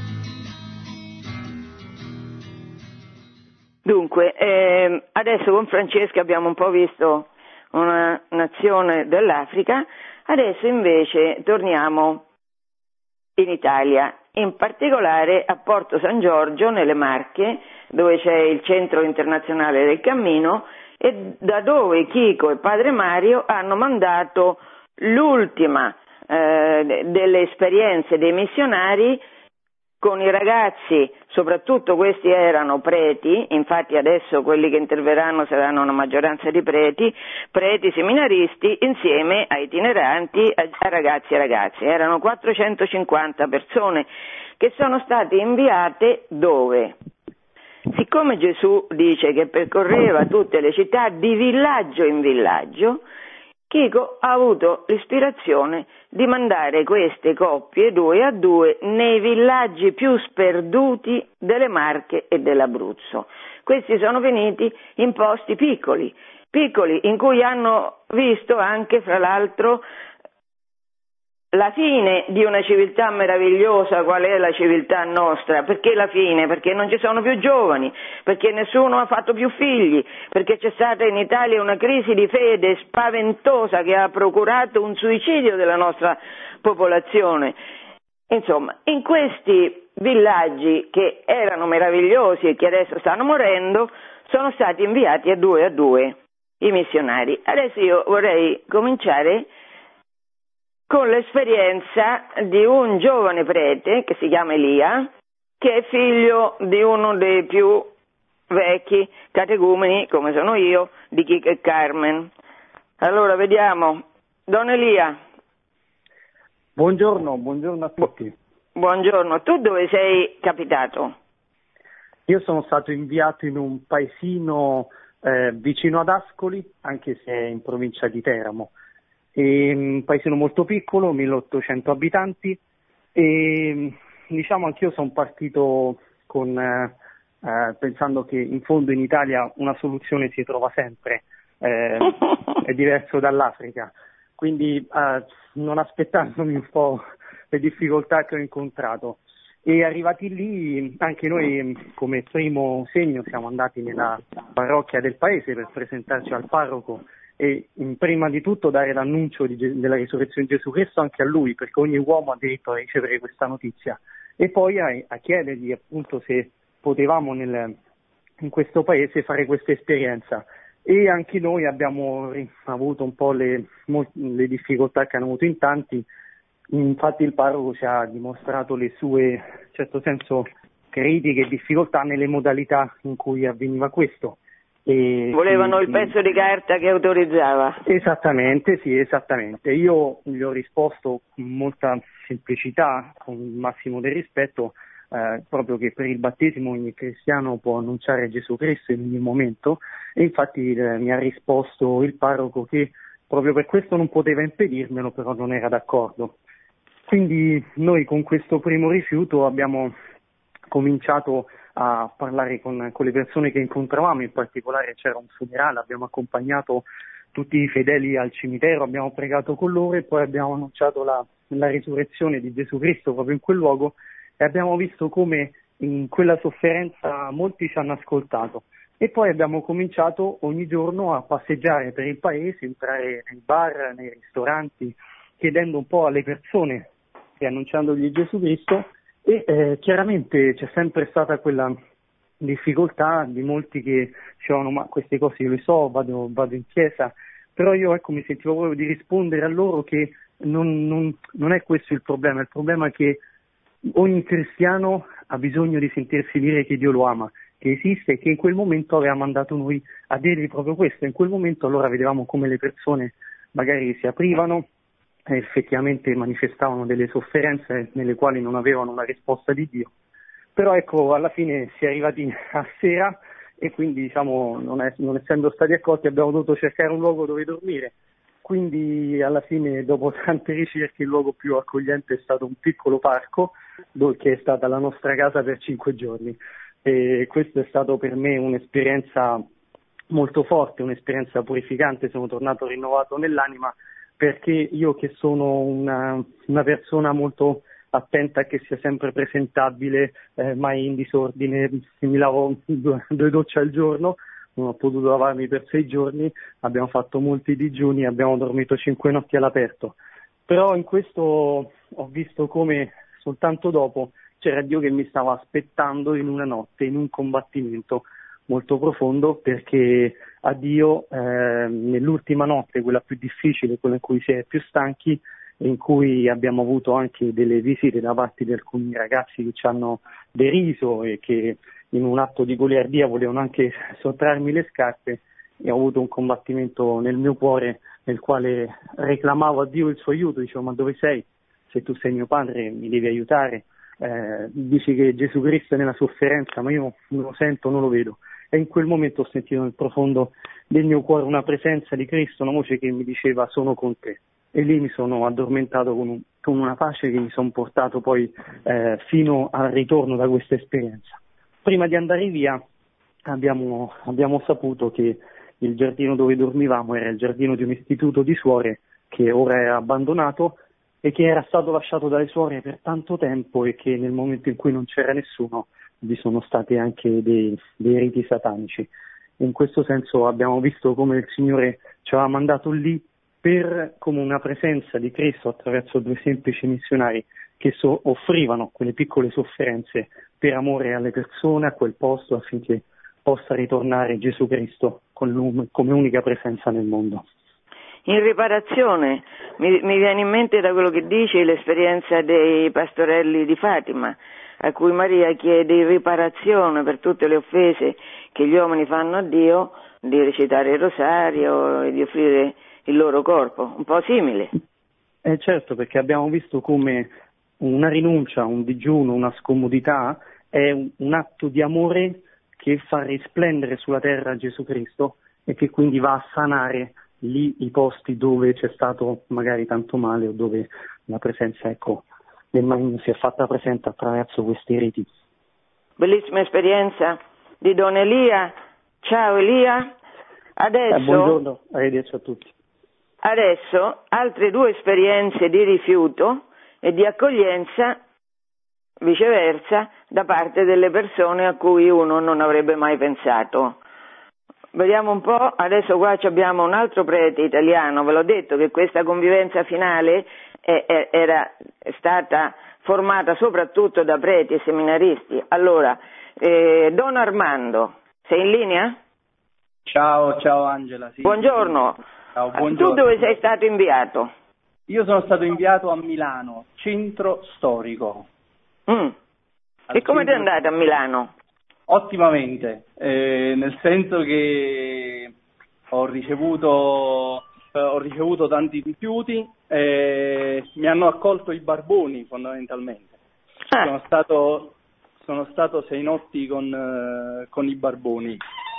Dunque, eh, adesso con Francesca abbiamo un po' visto una nazione dell'Africa, adesso invece torniamo in Italia, in particolare a Porto San Giorgio nelle Marche, dove c'è il Centro Internazionale del Cammino, e da dove Chico e Padre Mario hanno mandato l'ultima eh, delle esperienze dei missionari con i ragazzi. Soprattutto questi erano preti, infatti adesso quelli che interverranno saranno una maggioranza di preti, preti seminaristi insieme a itineranti, a, a ragazzi e ragazze. Erano quattrocentocinquanta persone che sono state inviate dove? Siccome Gesù dice che percorreva tutte le città di villaggio in villaggio, Chico ha avuto l'ispirazione di mandare queste coppie due a due nei villaggi più sperduti delle Marche e dell'Abruzzo. Questi sono finiti in posti piccoli, piccoli in cui hanno visto anche, fra l'altro, la fine di una civiltà meravigliosa qual è la civiltà nostra. Perché la fine? Perché non ci sono più giovani, perché nessuno ha fatto più figli, perché c'è stata in Italia una crisi di fede spaventosa che ha procurato un suicidio della nostra popolazione. Insomma, in questi villaggi che erano meravigliosi e che adesso stanno morendo, sono stati inviati a due a due i missionari. Adesso io vorrei cominciare con l'esperienza di un giovane prete che si chiama Elia, che è figlio di uno dei più vecchi catecumeni, come sono io, di Chico e Carmen. Allora vediamo, Don Elia. Buongiorno, buongiorno a tutti. Buongiorno, tu dove sei capitato? Io sono stato inviato in un paesino eh, vicino ad Ascoli, anche se è in provincia di Teramo. È un paesino molto piccolo, milleottocento abitanti, e diciamo anch'io sono partito con, eh, eh, pensando che in fondo in Italia una soluzione si trova sempre, eh, è diverso dall'Africa, quindi eh, non aspettandomi un po' le difficoltà che ho incontrato. E arrivati lì anche noi come primo segno siamo andati nella parrocchia del paese per presentarci al parroco e in, prima di tutto dare l'annuncio di, della risurrezione di Gesù Cristo anche a lui, perché ogni uomo ha diritto a ricevere questa notizia, e poi a, a chiedergli appunto se potevamo nel, in questo paese fare questa esperienza. E anche noi abbiamo avuto un po' le, le difficoltà che hanno avuto in tanti. Infatti il parroco ci ha dimostrato le sue, in certo senso, critiche e difficoltà nelle modalità in cui avveniva questo. E volevano quindi, il pezzo di carta che autorizzava. Esattamente, sì, esattamente. Io gli ho risposto con molta semplicità, con il massimo del rispetto, eh, proprio che per il battesimo ogni cristiano può annunciare Gesù Cristo in ogni momento, e infatti eh, mi ha risposto il parroco che proprio per questo non poteva impedirmelo, però non era d'accordo. Quindi noi con questo primo rifiuto abbiamo cominciato a parlare con, con le persone che incontravamo, in particolare c'era un funerale, abbiamo accompagnato tutti i fedeli al cimitero, abbiamo pregato con loro e poi abbiamo annunciato la, la risurrezione di Gesù Cristo proprio in quel luogo, e abbiamo visto come in quella sofferenza molti ci hanno ascoltato. E poi abbiamo cominciato ogni giorno a passeggiare per il paese, entrare nei bar, nei ristoranti, chiedendo un po' alle persone e annunciandogli Gesù Cristo. E eh, chiaramente c'è sempre stata quella difficoltà di molti che dicevano ma queste cose io le so, vado, vado in chiesa, però io ecco mi sentivo proprio di rispondere a loro che non, non, non è questo il problema, il problema è che ogni cristiano ha bisogno di sentirsi dire che Dio lo ama, che esiste e che in quel momento aveva mandato noi a dirgli proprio questo. In quel momento allora vedevamo come le persone magari si aprivano, effettivamente manifestavano delle sofferenze nelle quali non avevano una risposta di Dio, però ecco alla fine si è arrivati a sera e quindi diciamo non, è, non essendo stati accolti abbiamo dovuto cercare un luogo dove dormire, quindi alla fine dopo tante ricerche il luogo più accogliente è stato un piccolo parco dove, che è stata la nostra casa per cinque giorni, e questo è stato per me un'esperienza molto forte, un'esperienza purificante, sono tornato rinnovato nell'anima, perché io che sono una, una persona molto attenta a che sia sempre presentabile, eh, mai in disordine, mi lavo due, due docce al giorno, non ho potuto lavarmi per sei giorni, abbiamo fatto molti digiuni, abbiamo dormito cinque notti all'aperto, però in questo ho visto come soltanto dopo c'era Dio che mi stava aspettando in una notte, in un combattimento molto profondo, perché a Dio eh, nell'ultima notte, quella più difficile, quella in cui si è più stanchi, in cui abbiamo avuto anche delle visite da parte di alcuni ragazzi che ci hanno deriso e che in un atto di goliardia volevano anche sottrarmi le scarpe, e ho avuto un combattimento nel mio cuore nel quale reclamavo a Dio il suo aiuto, dicevo ma dove sei? Se tu sei mio padre mi devi aiutare, eh, dici che Gesù Cristo è nella sofferenza ma io non lo sento, non lo vedo. E in quel momento ho sentito nel profondo del mio cuore una presenza di Cristo, una voce che mi diceva sono con te, e lì mi sono addormentato con, un, con una pace che mi sono portato poi eh, fino al ritorno da questa esperienza. Prima di andare via abbiamo, abbiamo saputo che il giardino dove dormivamo era il giardino di un istituto di suore che ora è abbandonato e che era stato lasciato dalle suore per tanto tempo, e che nel momento in cui non c'era nessuno vi sono stati anche dei, dei riti satanici. In questo senso abbiamo visto come il Signore ci aveva mandato lì per come una presenza di Cristo attraverso due semplici missionari che so, offrivano quelle piccole sofferenze per amore alle persone, a quel posto, affinché possa ritornare Gesù Cristo con come unica presenza nel mondo. In riparazione, mi, mi viene in mente da quello che dici l'esperienza dei pastorelli di Fatima, a cui Maria chiede in riparazione per tutte le offese che gli uomini fanno a Dio, di recitare il rosario e di offrire il loro corpo, un po' simile. Eh certo, perché abbiamo visto come una rinuncia, un digiuno, una scomodità è un, un atto di amore che fa risplendere sulla terra Gesù Cristo e che quindi va a sanare lì i posti dove c'è stato magari tanto male o dove la presenza, ecco, del maligno si è fatta presente attraverso questi riti. Bellissima esperienza di Don Elia. Ciao Elia. Adesso, eh, buongiorno, arrivederci a tutti. Adesso altre due esperienze di rifiuto e di accoglienza, viceversa, da parte delle persone a cui uno non avrebbe mai pensato. Vediamo un po', adesso qua abbiamo un altro prete italiano, ve l'ho detto che questa convivenza finale è, è, era stata formata soprattutto da preti e seminaristi. Allora, eh, Don Armando, Sei in linea? Ciao, ciao Angela. Sì. Buongiorno. Ciao, buongiorno. Tu dove sei stato inviato? Io sono stato inviato a Milano, centro storico. Mm. E come ti è andato a Milano? Ottimamente, eh, nel senso che ho ricevuto, eh, ho ricevuto tanti rifiuti e mi hanno accolto i barboni fondamentalmente. Ah. Sono stato, sono stato sei notti con, eh, con i barboni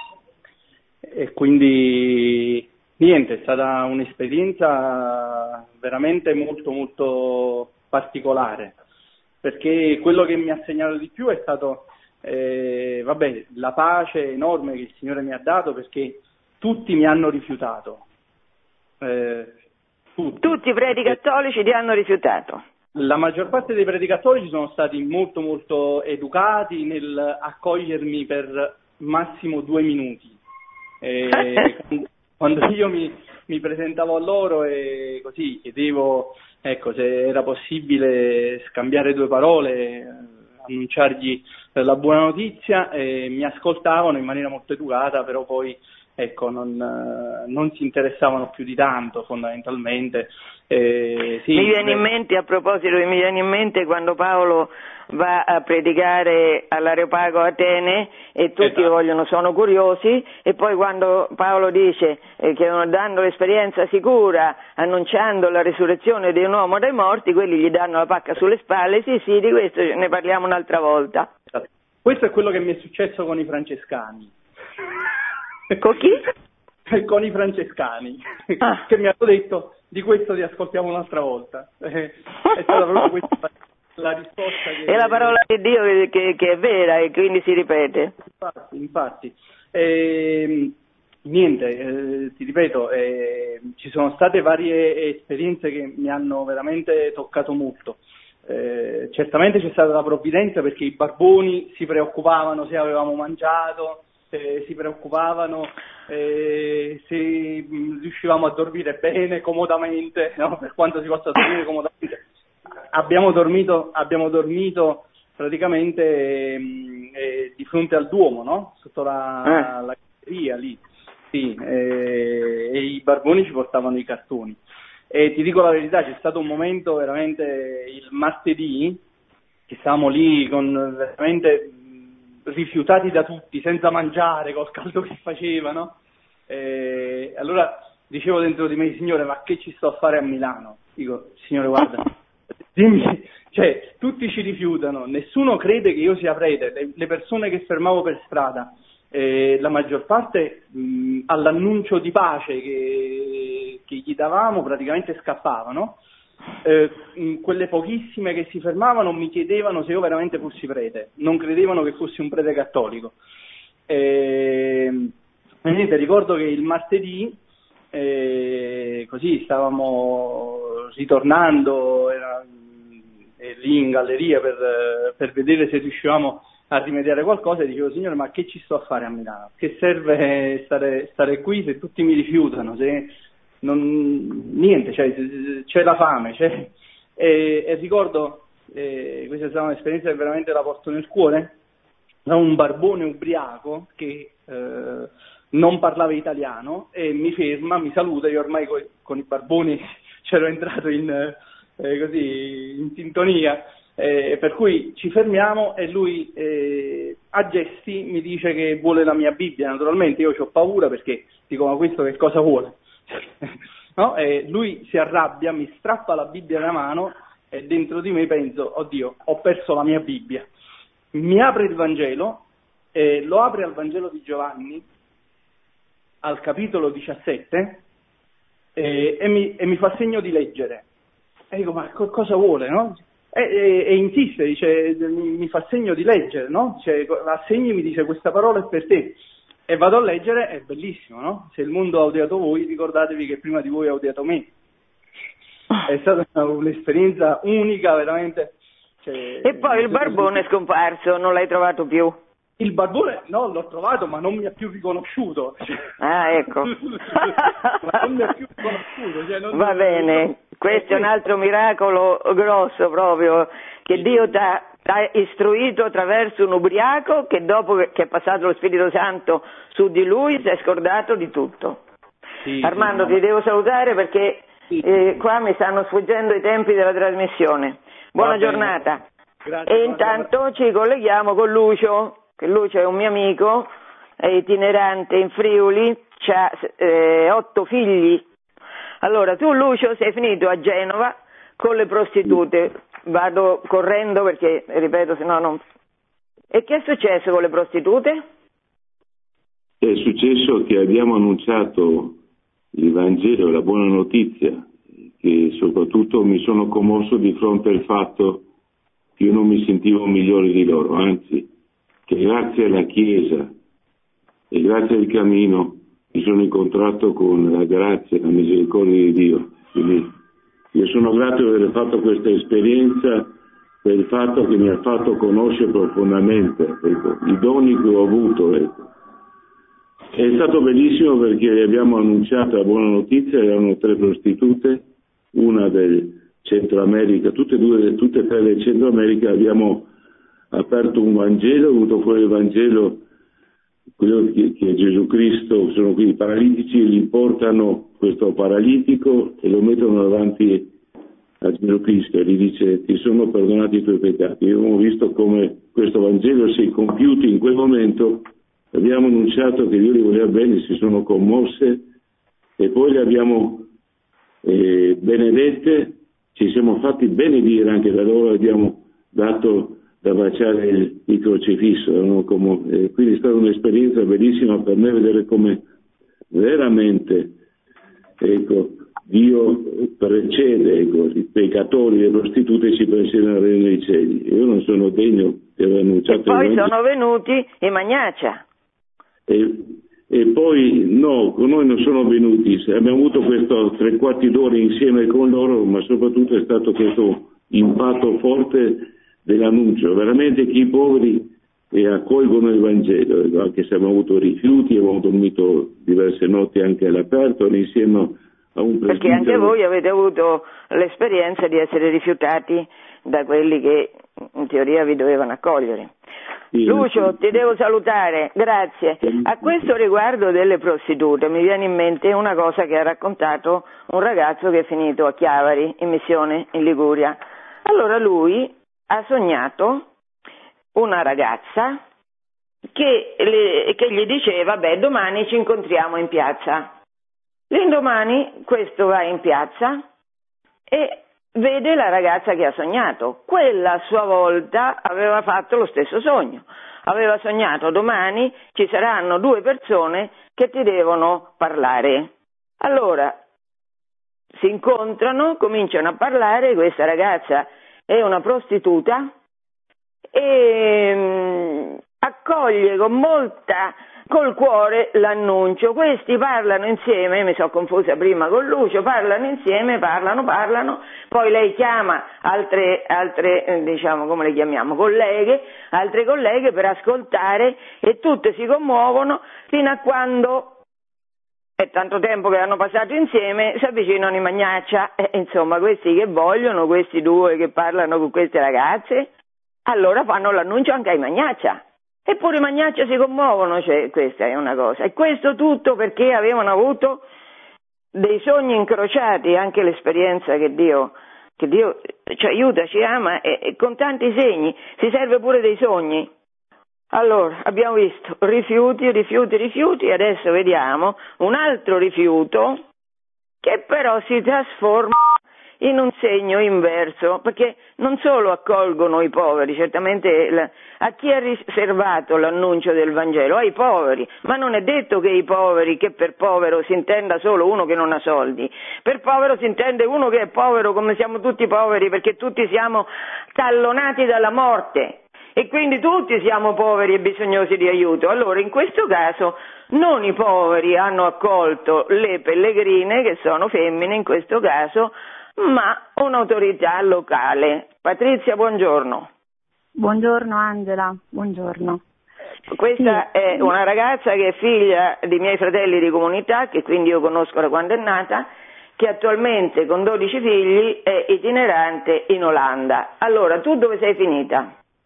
e quindi niente, è stata un'esperienza veramente molto molto particolare, perché quello che mi ha segnato di più è stato eh, vabbè, la pace enorme che il Signore mi ha dato, perché tutti mi hanno rifiutato. Eh, tutti. Tutti i preti cattolici ti hanno rifiutato? La maggior parte dei preti cattolici sono stati molto molto educati nel accogliermi per massimo due minuti. Eh, quando io mi, mi presentavo a loro e così chiedevo, ecco, se era possibile scambiare due parole, annunciargli la buona notizia, e mi ascoltavano in maniera molto educata, però poi ecco non, non si interessavano più di tanto fondamentalmente. Eh, sì, mi viene beh. in mente, a proposito, mi viene in mente quando Paolo va a predicare all'Areopago Atene e tutti esatto. vogliono, sono curiosi, e poi quando Paolo dice eh, che dando l'esperienza sicura, annunciando la risurrezione di un uomo dai morti, quelli gli danno la pacca sulle spalle. Sì, sì, di questo ne parliamo un'altra volta. Esatto. Questo è quello che mi è successo con i francescani. Con chi? Con i francescani, Ah. che mi hanno detto: di questo ti ascoltiamo un'altra volta. Eh, è stata proprio questa la risposta che... È la parola di Dio che, che, che è vera e quindi si ripete. Infatti, infatti. Eh, niente, eh, ti ripeto, eh, ci sono state varie esperienze che mi hanno veramente toccato molto. Eh, certamente c'è stata la provvidenza, perché i barboni si preoccupavano se avevamo mangiato, eh, si preoccupavano eh, se mh, riuscivamo a dormire bene, comodamente, no? Per quanto si possa dormire comodamente. Abbiamo dormito, abbiamo dormito praticamente eh, eh, di fronte al Duomo, no? Sotto la, eh. la galleria lì, sì, eh, e i barboni ci portavano i cartoni. E ti dico la verità, c'è stato un momento veramente il martedì che stavamo lì con veramente rifiutati da tutti, senza mangiare, col caldo che faceva, no? E allora dicevo dentro di me: Signore, ma che ci sto a fare a Milano? Dico: Signore, guarda, dimmi, cioè, tutti ci rifiutano, nessuno crede che io sia prete, le, le persone che fermavo per strada, eh, la maggior parte mh, all'annuncio di pace che, che gli davamo praticamente scappavano. Eh, quelle pochissime che si fermavano mi chiedevano se io veramente fossi prete, non credevano che fossi un prete cattolico. E, niente, ricordo che il martedì eh, così stavamo ritornando, era, eh, lì in galleria per, per vedere se riuscivamo a rimediare qualcosa, e dicevo: Signore, ma che ci sto a fare a Milano? Che serve stare, stare qui se tutti mi rifiutano, se non, niente, cioè, c'è la fame, c'è... E, e ricordo, eh, questa è stata un'esperienza che veramente la porto nel cuore, da un barbone ubriaco che eh, non parlava italiano e mi ferma, mi saluta. Io ormai co- con i barboni c'ero entrato in, eh, così, in sintonia, eh, per cui ci fermiamo e lui eh, a gesti mi dice che vuole la mia Bibbia. Naturalmente io ho paura, perché dico: ma questo che cosa vuole? No? E lui si arrabbia, mi strappa la Bibbia da mano e dentro di me penso: oddio, ho perso la mia Bibbia. Mi apre il Vangelo, eh, lo apre al Vangelo di Giovanni, al capitolo diciassette, eh, e, mi, e mi fa segno di leggere. E dico: ma co- cosa vuole, no? E, e, e insiste, dice, mi, mi fa segno di leggere, no? Cioè, a segni mi dice: questa parola è per te. E vado a leggere, è bellissimo, no? Se il mondo ha odiato voi, ricordatevi che prima di voi ha odiato me. È stata un'esperienza unica, veramente. Cioè, e poi il barbone è scomparso, non l'hai trovato più? Il barbone, no, l'ho trovato, ma non mi ha più riconosciuto. Ah, ecco. Ma non mi ha più riconosciuto. Cioè non... Va bene, questo è un altro miracolo grosso proprio, che Dio t'ha l'ha istruito attraverso un ubriaco che dopo che è passato lo Spirito Santo su di lui si è scordato di tutto. Sì, Armando, sì, ti devo salutare perché sì. eh, qua mi stanno sfuggendo i tempi della trasmissione. Buona giornata. Grazie, e intanto buona... ci colleghiamo con Lucio, che Lucio è un mio amico, è itinerante in Friuli, ha eh, otto figli. Allora, tu Lucio sei finito a Genova con le prostitute, vado correndo perché, ripeto, se no non... E che è successo con le prostitute? È successo che abbiamo annunciato il Vangelo, la buona notizia, che soprattutto mi sono commosso di fronte al fatto che io non mi sentivo migliore di loro, anzi, che grazie alla Chiesa e grazie al cammino mi sono incontrato con la grazia e la misericordia di Dio. Quindi io sono grato di aver fatto questa esperienza per il fatto che mi ha fatto conoscere profondamente, ecco, i doni che ho avuto. Ecco. È stato bellissimo perché abbiamo annunciato la buona notizia, erano tre prostitute, una del Centro America, tutte e due, tutte e tre del Centro America, abbiamo aperto un Vangelo, è venuto fuori il Vangelo, quello che, che Gesù Cristo, sono qui i paralitici, gli portano questo paralitico e lo mettono davanti a Gesù Cristo e gli dice ti sono perdonati i tuoi peccati. E abbiamo visto come questo Vangelo si è compiuto in quel momento, abbiamo annunciato che Dio li voleva bene, si sono commosse e poi le abbiamo eh, benedette, ci siamo fatti benedire anche da loro, abbiamo dato da baciare il, il crocifisso, no? Come, eh, quindi è stata un'esperienza bellissima per me vedere come veramente ecco, Dio precede ecco, i peccatori e le prostitute e ci precede nel regno dei cieli. Io non sono degno di aver annunciato. E poi sono venuti in Magnaccia. E, e poi no, con noi non sono venuti, abbiamo avuto questo tre quarti d'ora insieme con loro, ma soprattutto è stato questo impatto forte dell'annuncio, veramente che i poveri eh, accolgono il Vangelo, anche se abbiamo avuto rifiuti, abbiamo dormito diverse notti anche all'aperto insieme a un presbitero. Perché anche voi avete avuto l'esperienza di essere rifiutati da quelli che in teoria vi dovevano accogliere. Sì, Lucio, sì. Ti devo salutare, grazie. A questo riguardo delle prostitute mi viene in mente una cosa che ha raccontato un ragazzo che è finito a Chiavari, in missione in Liguria. Allora lui ha sognato una ragazza che, le, che gli diceva, beh, domani ci incontriamo in piazza. L'indomani questo va in piazza e vede la ragazza che ha sognato. Quella a sua volta aveva fatto lo stesso sogno. Aveva sognato domani ci saranno due persone che ti devono parlare. Allora si incontrano, cominciano a parlare, questa ragazza è una prostituta e mh, accoglie con molta, col cuore l'annuncio. Questi parlano insieme, mi sono confusa prima con Lucio, parlano insieme, parlano, parlano, poi lei chiama altre, altre eh, diciamo, come le chiamiamo, colleghe, altre colleghe per ascoltare e tutte si commuovono fino a quando è tanto tempo che hanno passato insieme, si avvicinano in Magnaccia, eh, insomma questi che vogliono, questi due che parlano con queste ragazze, allora fanno l'annuncio anche ai Magnaccia, eppure i Magnaccia si commuovono, cioè questa è una cosa, e questo tutto perché avevano avuto dei sogni incrociati, anche l'esperienza che Dio, che Dio ci aiuta, ci ama, e, e con tanti segni, si serve pure dei sogni. Allora, abbiamo visto rifiuti, rifiuti, rifiuti, e adesso vediamo un altro rifiuto che però si trasforma in un segno inverso, perché non solo accolgono i poveri, certamente a chi è riservato l'annuncio del Vangelo? Ai poveri, ma non è detto che i poveri, che per povero si intenda solo uno che non ha soldi, per povero si intende uno che è povero come siamo tutti poveri, perché tutti siamo tallonati dalla morte. E quindi tutti siamo poveri e bisognosi di aiuto. Allora in questo caso non i poveri hanno accolto le pellegrine, che sono femmine in questo caso, ma un'autorità locale. Patrizia, buongiorno. Buongiorno Angela, buongiorno. Questa sì. È una ragazza che è figlia di miei fratelli di comunità, che quindi io conosco da quando è nata, che attualmente con dodici figli è itinerante in Olanda. Allora, tu dove sei finita?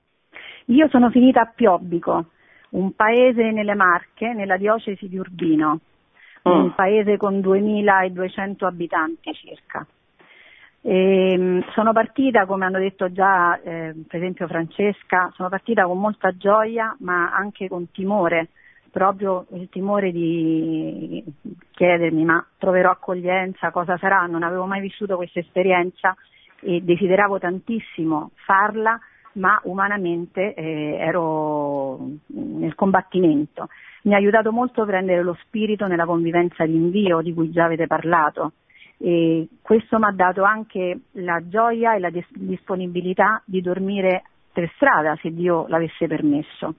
Io sono finita a Piobbico, un paese nelle Marche, nella diocesi di Urbino, mm. un paese con duemiladuecento abitanti circa. E sono partita, come hanno detto già eh, per esempio Francesca, sono partita con molta gioia ma anche con timore, proprio il timore di chiedermi ma troverò accoglienza, cosa sarà, non avevo mai vissuto questa esperienza e desideravo tantissimo farla, ma umanamente eh, ero nel combattimento. Mi ha aiutato molto a prendere lo spirito nella convivenza di invio di cui già avete parlato. E questo mi ha dato anche la gioia e la dis- disponibilità di dormire per strada se Dio l'avesse permesso.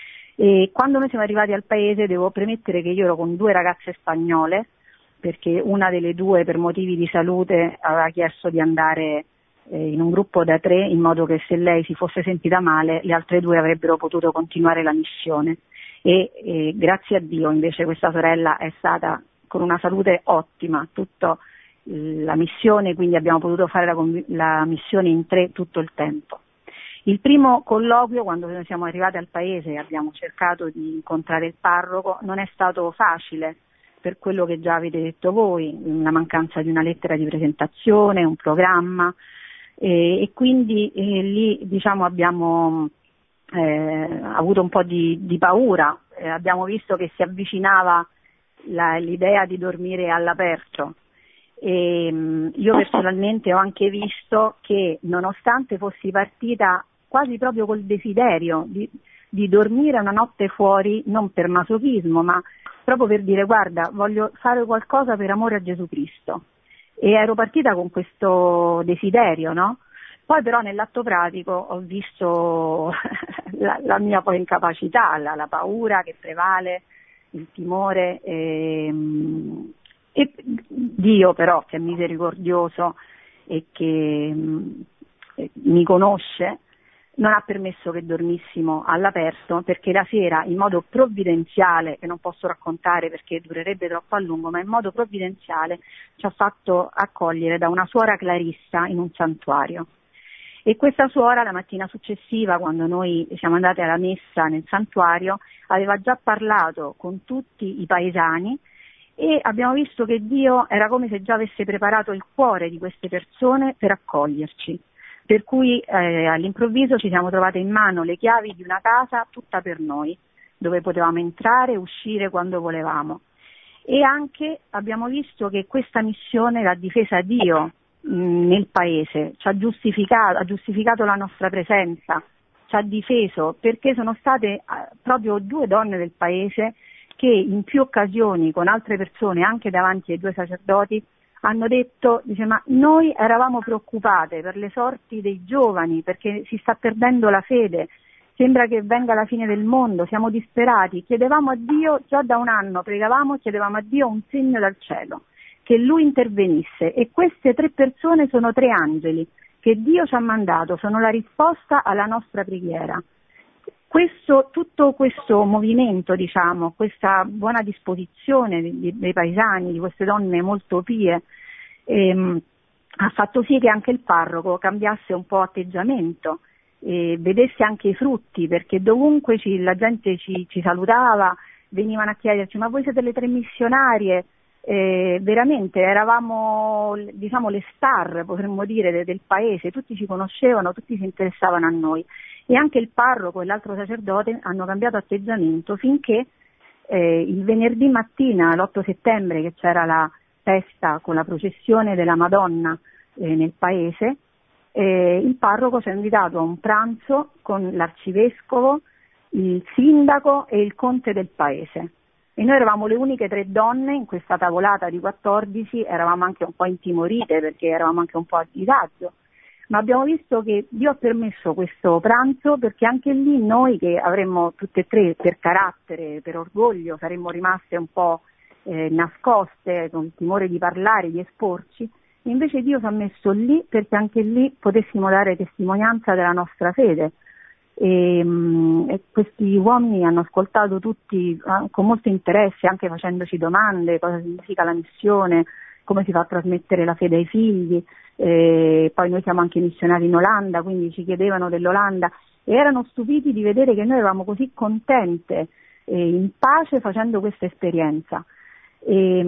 E quando noi siamo arrivati al paese devo premettere che io ero con due ragazze spagnole, perché una delle due per motivi di salute aveva chiesto di andare eh, in un gruppo da tre, in modo che se lei si fosse sentita male le altre due avrebbero potuto continuare la missione. E, e grazie a Dio invece questa sorella è stata con una salute ottima tutto la missione, quindi abbiamo potuto fare la, la missione in tre tutto il tempo. Il primo colloquio, quando noi siamo arrivati al paese e abbiamo cercato di incontrare il parroco, non è stato facile per quello che già avete detto voi, la mancanza di una lettera di presentazione, un programma e, e quindi eh, lì diciamo abbiamo eh, avuto un po' di, di paura, eh, abbiamo visto che si avvicinava la, l'idea di dormire all'aperto. E io personalmente ho anche visto che nonostante fossi partita quasi proprio col desiderio di, di dormire una notte fuori, non per masochismo, ma proprio per dire guarda, voglio fare qualcosa per amore a Gesù Cristo. E ero partita con questo desiderio, no? Poi però nell'atto pratico ho visto la, la mia poi incapacità, la, la paura che prevale, il timore. E, E Dio però, che è misericordioso e che mh, mi conosce, non ha permesso che dormissimo all'aperto, perché la sera in modo provvidenziale, che non posso raccontare perché durerebbe troppo a lungo, ma in modo provvidenziale ci ha fatto accogliere da una suora clarissa in un santuario. E questa suora la mattina successiva, quando noi siamo andate alla messa nel santuario, aveva già parlato con tutti i paesani e abbiamo visto che Dio era come se già avesse preparato il cuore di queste persone per accoglierci, per cui eh, all'improvviso ci siamo trovate in mano le chiavi di una casa tutta per noi, dove potevamo entrare e uscire quando volevamo. E anche abbiamo visto che questa missione l'ha difesa Dio mh, nel paese, ci ha giustificato, ha giustificato la nostra presenza, ci ha difeso, perché sono state eh, proprio due donne del paese che in più occasioni con altre persone, anche davanti ai due sacerdoti, hanno detto, dice, ma noi eravamo preoccupate per le sorti dei giovani, perché si sta perdendo la fede, sembra che venga la fine del mondo, siamo disperati, chiedevamo a Dio, già da un anno pregavamo, chiedevamo a Dio un segno dal cielo, che Lui intervenisse, e queste tre persone sono tre angeli che Dio ci ha mandato, sono la risposta alla nostra preghiera. Questo, tutto questo movimento, diciamo, questa buona disposizione dei, dei paesani, di queste donne molto pie, ehm, ha fatto sì che anche il parroco cambiasse un po' atteggiamento e vedesse anche i frutti, perché dovunque ci, la gente ci, ci salutava, venivano a chiederci ma voi siete le tre missionarie, eh, veramente eravamo, diciamo, le star, potremmo dire, de, del paese, tutti ci conoscevano, tutti si interessavano a noi. E anche il parroco e l'altro sacerdote hanno cambiato atteggiamento finché eh, il venerdì mattina, l'otto settembre, che c'era la festa con la processione della Madonna eh, nel paese, eh, il parroco ci ha invitato a un pranzo con l'arcivescovo, il sindaco e il conte del paese. E noi eravamo le uniche tre donne in questa tavolata di quattordici, eravamo anche un po' intimorite perché eravamo anche un po' a disagio. Ma abbiamo visto che Dio ha permesso questo pranzo perché anche lì noi, che avremmo tutte e tre per carattere, per orgoglio, saremmo rimaste un po' eh, nascoste, con il timore di parlare, di esporci, e invece Dio ci ha messo lì perché anche lì potessimo dare testimonianza della nostra fede. E, mh, e questi uomini hanno ascoltato tutti eh, con molto interesse, anche facendoci domande: cosa significa la missione, come si fa a trasmettere la fede ai figli. Eh, poi noi siamo anche missionari in Olanda, quindi ci chiedevano dell'Olanda, e erano stupiti di vedere che noi eravamo così contente e in pace facendo questa esperienza. E,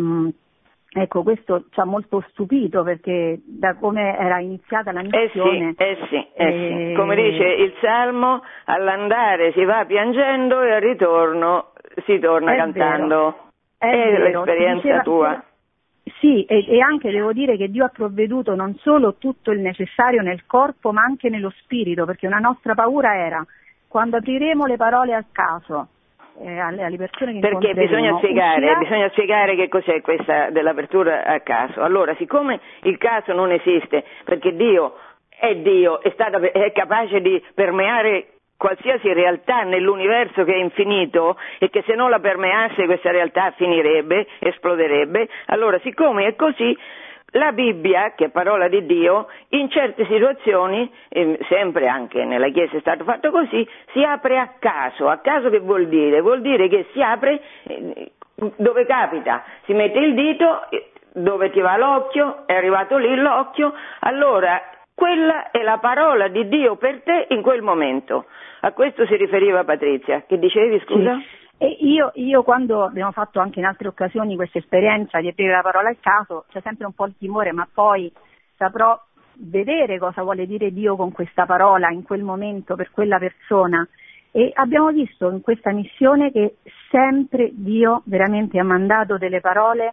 ecco, questo ci ha molto stupito, perché da come era iniziata la missione... Eh sì, eh sì, eh sì. Come dice il Salmo, all'andare si va piangendo e al ritorno si torna è cantando. È, è vero, l'esperienza diceva, tua. Sì, e, e anche devo dire che Dio ha provveduto non solo tutto il necessario nel corpo, ma anche nello spirito, perché una nostra paura era, quando apriremo le parole al caso, eh, alle, alle persone che perché bisogna spiegare, uscirà... bisogna spiegare che cos'è questa dell'apertura a caso. Allora, siccome il caso non esiste, perché Dio è Dio, è, stato, è capace di permeare qualsiasi realtà nell'universo che è infinito, e che se non la permeasse questa realtà finirebbe, esploderebbe, allora siccome è così, la Bibbia, che è parola di Dio, in certe situazioni, eh, sempre anche nella Chiesa è stato fatto così, si apre a caso. A caso che vuol dire? Vuol dire che si apre eh, dove capita, si mette il dito eh, dove ti va l'occhio, è arrivato lì l'occhio, allora quella è la parola di Dio per te in quel momento. A questo si riferiva Patrizia. Che dicevi, scusa? Sì. E io, io quando abbiamo fatto anche in altre occasioni questa esperienza di aprire la parola al caso, c'è sempre un po' il timore, ma poi saprò vedere cosa vuole dire Dio con questa parola in quel momento per quella persona. E abbiamo visto in questa missione che sempre Dio veramente ha mandato delle parole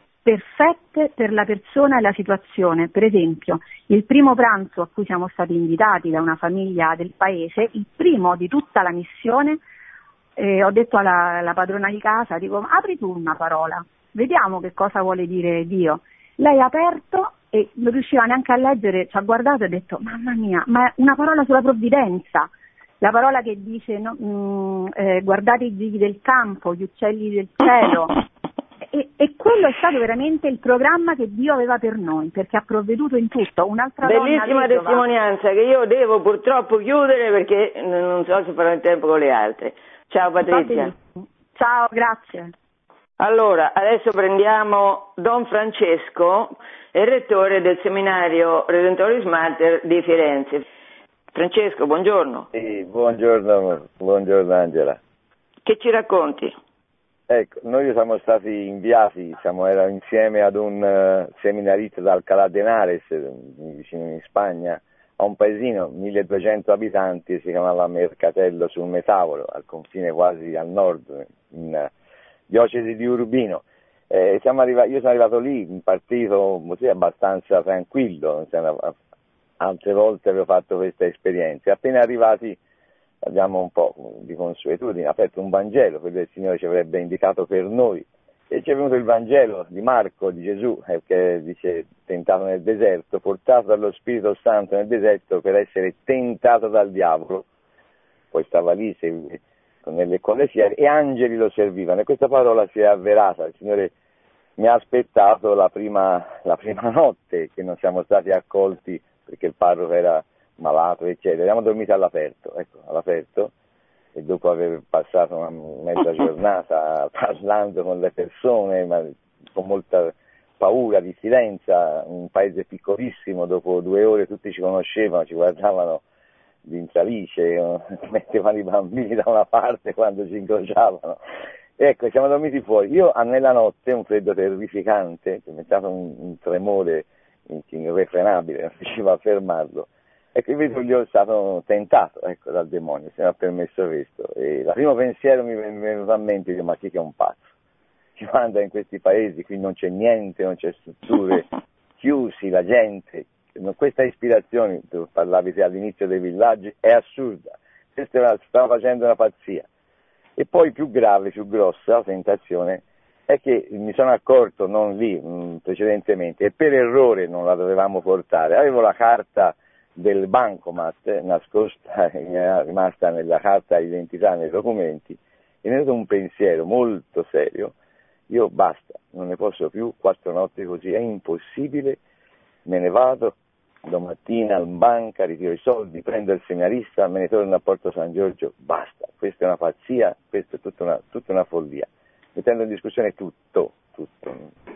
perfette per la persona e la situazione. Per esempio, il primo pranzo a cui siamo stati invitati da una famiglia del paese, il primo di tutta la missione, Eh, ho detto alla, alla padrona di casa, dico, apri tu una parola, vediamo che cosa vuole dire Dio. Lei ha aperto e non riusciva neanche a leggere, ci ha guardato e ha detto, mamma mia, ma è una parola sulla provvidenza, la parola che dice no, mh, eh, guardate i gigli del campo, gli uccelli del cielo. E, e quello è stato veramente il programma che Dio aveva per noi, perché ha provveduto in tutto. Un'altra bellissima donna testimonianza che io devo purtroppo chiudere perché non so se farò in tempo con le altre. Ciao Patrizia. Ciao, grazie. Allora, adesso prendiamo Don Francesco, il rettore del seminario Redentoris Mater di Firenze. Francesco, buongiorno. Sì, buongiorno, buongiorno Angela. Che ci racconti? Ecco, noi siamo stati inviati, siamo era insieme ad un uh, seminarista da Alcalá de Henares, vicino in Spagna, a un paesino, milleduecento abitanti, si chiamava Mercatello sul Metavolo, al confine quasi al nord, in uh, diocesi di Urbino. Eh, siamo arrivati, io sono arrivato lì, partito così abbastanza tranquillo, altre volte avevo fatto questa esperienza. Appena arrivati abbiamo un po' di consuetudine, aperto un Vangelo, quello il Signore ci avrebbe indicato per noi, e ci è venuto il Vangelo di Marco, di Gesù, eh, che dice tentato nel deserto, portato dallo Spirito Santo nel deserto per essere tentato dal diavolo. Poi stava lì se, nelle colle fiere e angeli lo servivano, e questa parola si è avverata. Il Signore mi ha aspettato la prima, la prima notte che non siamo stati accolti perché il parroco era malato, eccetera. Abbiamo dormito all'aperto, ecco, all'aperto, e dopo aver passato una mezza giornata parlando con le persone, ma con molta paura, diffidenza, un paese piccolissimo, dopo due ore tutti ci conoscevano, ci guardavano in travice, mettevano i bambini da una parte quando ci incrociavano. Ecco, siamo dormiti fuori. Io nella notte, un freddo terrificante, mi è stato un, un tremore irrefrenabile, non riuscivo a fermarlo. Ecco, io gli ho stato tentato, ecco, dal demonio, se mi ha permesso questo. E il primo pensiero mi è venuto a mente, dico, ma chi che è un pazzo? Ci manda in questi paesi, qui non c'è niente, non c'è strutture, chiusi, la gente. Questa ispirazione, tu parlavi te all'inizio dei villaggi, è assurda. Questa stava facendo una pazzia. E poi più grave, più grossa la tentazione è che mi sono accorto, non lì mh, precedentemente, e per errore non la dovevamo portare. Avevo la carta del bancomat nascosta, era rimasta nella carta d'identità, nei documenti, e mi è venuto un pensiero molto serio. Io basta, non ne posso più, quattro notti così, è impossibile, me ne vado, domattina in banca, ritiro i soldi, prendo il seminarista, me ne torno a Porto San Giorgio, basta, questa è una pazzia, questa è tutta una, tutta una follia, mettendo in discussione tutto, tutto.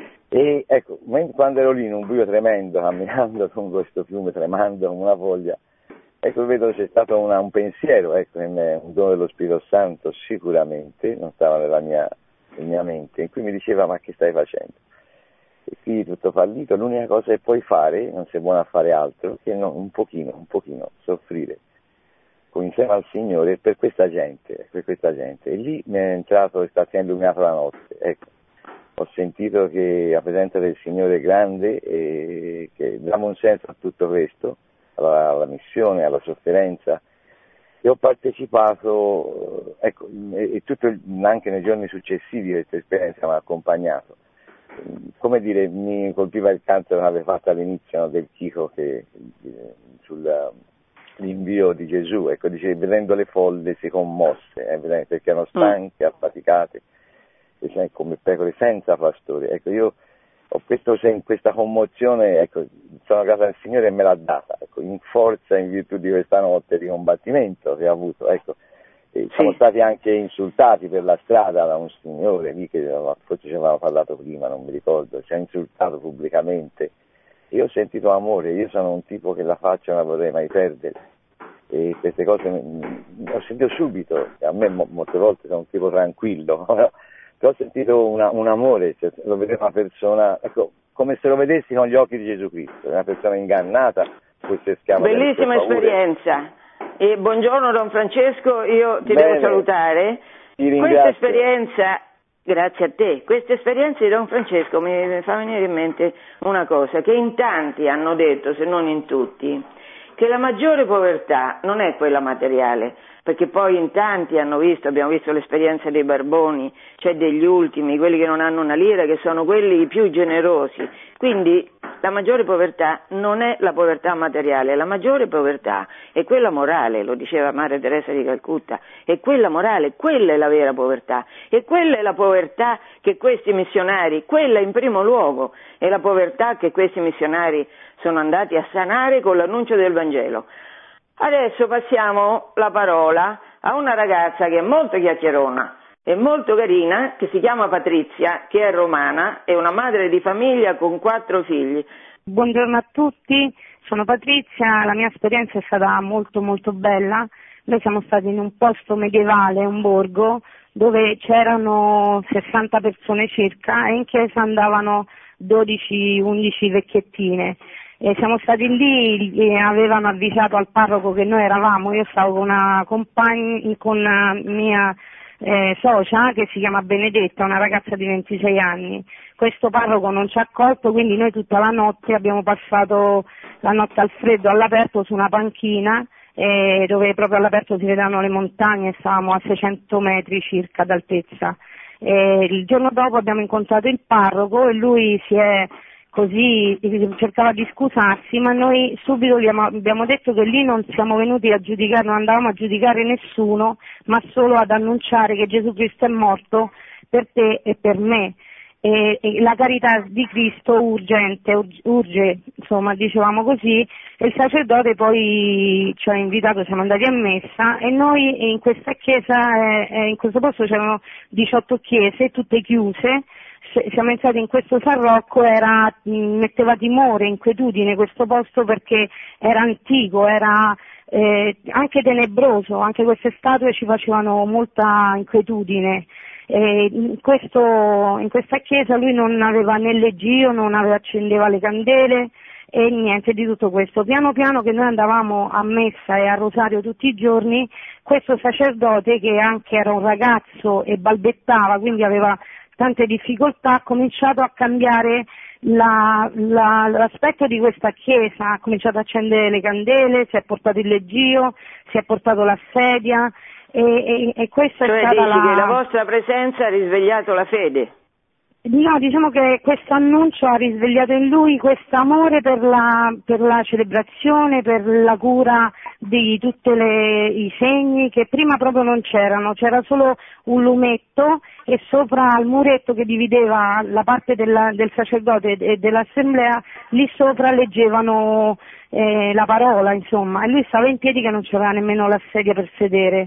E ecco, quando ero lì in un buio tremendo, camminando con questo fiume, tremando come una foglia, Ecco, vedo c'è stato una, un pensiero, ecco, in me, un dono dello Spirito Santo sicuramente, non stava nella mia, nella mia mente, in cui mi diceva ma che stai facendo? E qui tutto fallito, l'unica cosa che puoi fare, non sei buono a fare altro, che no, un pochino, un pochino, soffrire insieme al Signore per questa gente, per questa gente. E lì mi è entrato e sta illuminato la notte, ecco. Ho sentito che la presenza del Signore è grande e che diamo un senso a tutto questo, alla, alla missione, alla sofferenza, e ho partecipato, ecco, e, e tutto il, anche nei giorni successivi questa esperienza mi ha accompagnato. Come dire, mi colpiva il canto che aveva fatto all'inizio, no, del Chico che, sull'invio di Gesù, ecco, dice, vedendo le folle si commosse, eh, perché erano stanche, mm. affaticate, come pecore senza pastore. Ecco, io ho questo, questa commozione, ecco, sono grata al Signore e me l'ha data, ecco, in forza, in virtù di questa notte di combattimento che ha avuto, ecco. E siamo sì. stati anche insultati per la strada da un signore lì che forse ci avevamo parlato prima, non mi ricordo, ci ha insultato pubblicamente. Io ho sentito amore, io sono un tipo che la faccia non la vorrei mai perdere, e queste cose mh, ho sentito subito, a me mo, molte volte sono un tipo tranquillo, però ho sentito una, un amore, cioè, lo vedevo una persona, ecco, come se lo vedessi con gli occhi di Gesù Cristo, una persona ingannata, fosse schiava. Bellissima esperienza. E buongiorno Don Francesco, io ti Bene, devo salutare. Ti questa esperienza, grazie a te, questa esperienza di Don Francesco mi, mi fa venire in mente una cosa, che in tanti hanno detto, se non in tutti, che la maggiore povertà non è quella materiale, perché poi in tanti hanno visto, abbiamo visto l'esperienza dei barboni, cioè degli ultimi, quelli che non hanno una lira, che sono quelli più generosi. Quindi la maggiore povertà non è la povertà materiale, la maggiore povertà è quella morale, lo diceva Madre Teresa di Calcutta, è quella morale, quella è la vera povertà, e quella è la povertà che questi missionari, quella in primo luogo, è la povertà che questi missionari sono andati a sanare con l'annuncio del Vangelo. Adesso passiamo la parola a una ragazza che è molto chiacchierona e molto carina, che si chiama Patrizia, che è romana, è una madre di famiglia con quattro figli. Buongiorno a tutti, sono Patrizia, la mia esperienza è stata molto molto bella. Noi siamo stati in un posto medievale, un borgo, dove c'erano sessanta persone circa e in chiesa andavano dodici undici vecchiettine. E siamo stati lì e avevano avvisato al parroco che noi eravamo, io stavo con una compagna, con una mia eh, socia che si chiama Benedetta, una ragazza di ventisei anni. Questo parroco non ci ha accolto, quindi noi tutta la notte abbiamo passato la notte al freddo, all'aperto, su una panchina, eh, dove proprio all'aperto si vedevano le montagne, stavamo a seicento metri circa d'altezza. E il giorno dopo abbiamo incontrato il parroco e lui si è così cercava di scusarsi, ma noi subito gli abbiamo detto che lì non siamo venuti a giudicare, non andavamo a giudicare nessuno, ma solo ad annunciare che Gesù Cristo è morto per te e per me. E, e la carità di Cristo urgente, urge, insomma, dicevamo così, e il sacerdote poi ci ha invitato, siamo andati a messa e noi in questa chiesa, eh, in questo posto c'erano diciotto chiese, tutte chiuse. Siamo entrati in questo San Rocco, era, metteva timore, inquietudine questo posto perché era antico, era eh, anche tenebroso, anche queste statue ci facevano molta inquietudine. E in, questo, in questa chiesa lui non aveva né leggio, non aveva, accendeva le candele e niente di tutto questo. Piano piano che noi andavamo a messa e a rosario tutti i giorni, questo sacerdote, che anche era un ragazzo e balbettava, quindi aveva tante difficoltà, ha cominciato a cambiare la, la, l'aspetto di questa chiesa, ha cominciato a accendere le candele, si è portato il leggio, si è portato la sedia e, e, e questa cioè è stata dici la... che la vostra presenza ha risvegliato la fede? No, diciamo che questo annuncio ha risvegliato in lui questo amore per la, per la celebrazione, per la cura di tutti i segni che prima proprio non c'erano, c'era solo un lumetto e sopra al muretto che divideva la parte della, del sacerdote e dell'assemblea, lì sopra leggevano eh, la parola, insomma, e lui stava in piedi che non c'era nemmeno la sedia per sedere.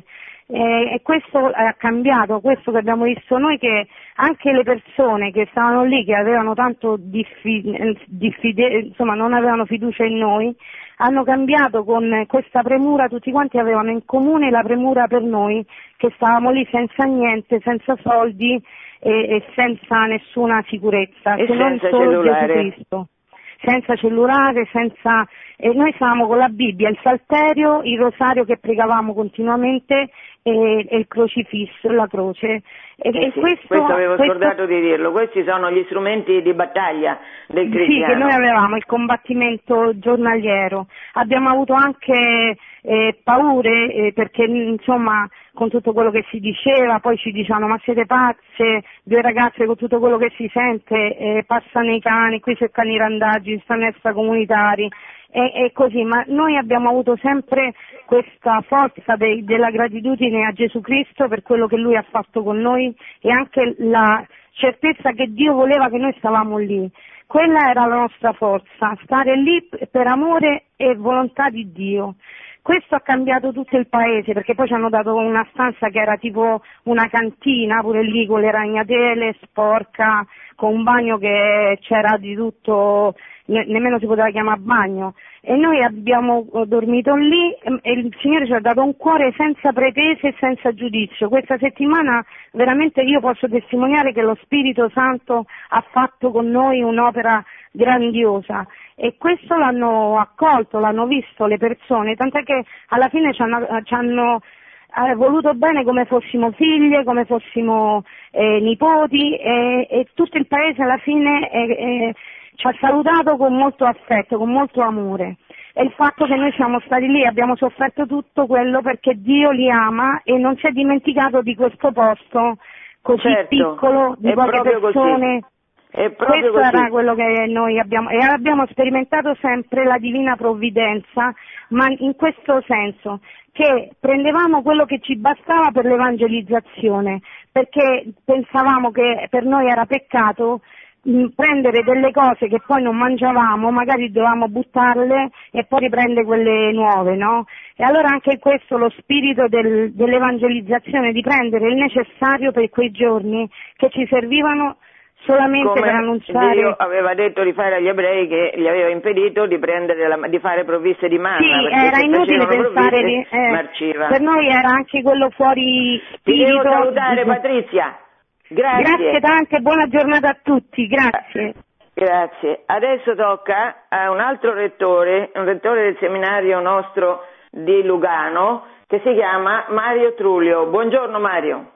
E, e questo ha cambiato, questo che abbiamo visto noi, che anche le persone che stavano lì, che avevano tanto diffi, diffide, insomma non avevano fiducia in noi, hanno cambiato con questa premura. Tutti quanti avevano in comune la premura per noi, che stavamo lì senza niente, senza soldi e, e senza nessuna sicurezza, e se non senza solo cellulare. Gesù Cristo. Senza cellulare, senza... E noi stavamo con la Bibbia, il salterio, il rosario che pregavamo continuamente e, e il crocifisso, la croce. E, Eh e sì, questo, questo avevo questo... scordato di dirlo, questi sono gli strumenti di battaglia del cristiano. Sì, che noi avevamo, il combattimento giornaliero. Abbiamo avuto anche eh, paure eh, perché insomma con tutto quello che si diceva, poi ci dicevano ma siete pazze, due ragazze con tutto quello che si sente, eh, passano i cani, qui cercano i randaggi, stanno extracomunitari. E, e così, ma noi abbiamo avuto sempre questa forza de, della gratitudine a Gesù Cristo per quello che Lui ha fatto con noi e anche la certezza che Dio voleva che noi stavamo lì. Quella era la nostra forza, stare lì per amore e volontà di Dio. Questo ha cambiato tutto il paese, perché poi ci hanno dato una stanza che era tipo una cantina, pure lì con le ragnatele, sporca, con un bagno che c'era di tutto, ne- nemmeno si poteva chiamare bagno. E noi abbiamo dormito lì e il Signore ci ha dato un cuore senza pretese e senza giudizio. Questa settimana veramente io posso testimoniare che lo Spirito Santo ha fatto con noi un'opera grandiosa. E questo l'hanno accolto, l'hanno visto le persone, tant'è che alla fine ci hanno, ci hanno eh, voluto bene come fossimo figlie, come fossimo eh, nipoti e, e tutto il paese alla fine eh, eh, ci ha salutato con molto affetto, con molto amore. E il fatto che noi siamo stati lì, abbiamo sofferto tutto quello perché Dio li ama e non si è dimenticato di questo posto così certo, piccolo, di poche persone. Così. È proprio Questo così. era quello che noi abbiamo, e abbiamo sperimentato sempre la divina provvidenza, ma in questo senso, che prendevamo quello che ci bastava per l'evangelizzazione, perché pensavamo che per noi era peccato mh, prendere delle cose che poi non mangiavamo, magari dovevamo buttarle e poi riprendere quelle nuove, no? E allora anche questo, lo spirito del, dell'evangelizzazione, di prendere il necessario per quei giorni che ci servivano solamente come per annunciare. Dio aveva detto di fare agli ebrei che gli aveva impedito di prendere la, di fare provviste di manna, sì, perché era se inutile pensare di eh, marciva. Per noi era anche quello fuori spirito. Ti devo salutare, Patrizia. Grazie. Grazie tante, buona giornata a tutti, grazie. Grazie. Adesso tocca a un altro rettore, un rettore del seminario nostro di Lugano, che si chiama Mario Trulio. Buongiorno Mario.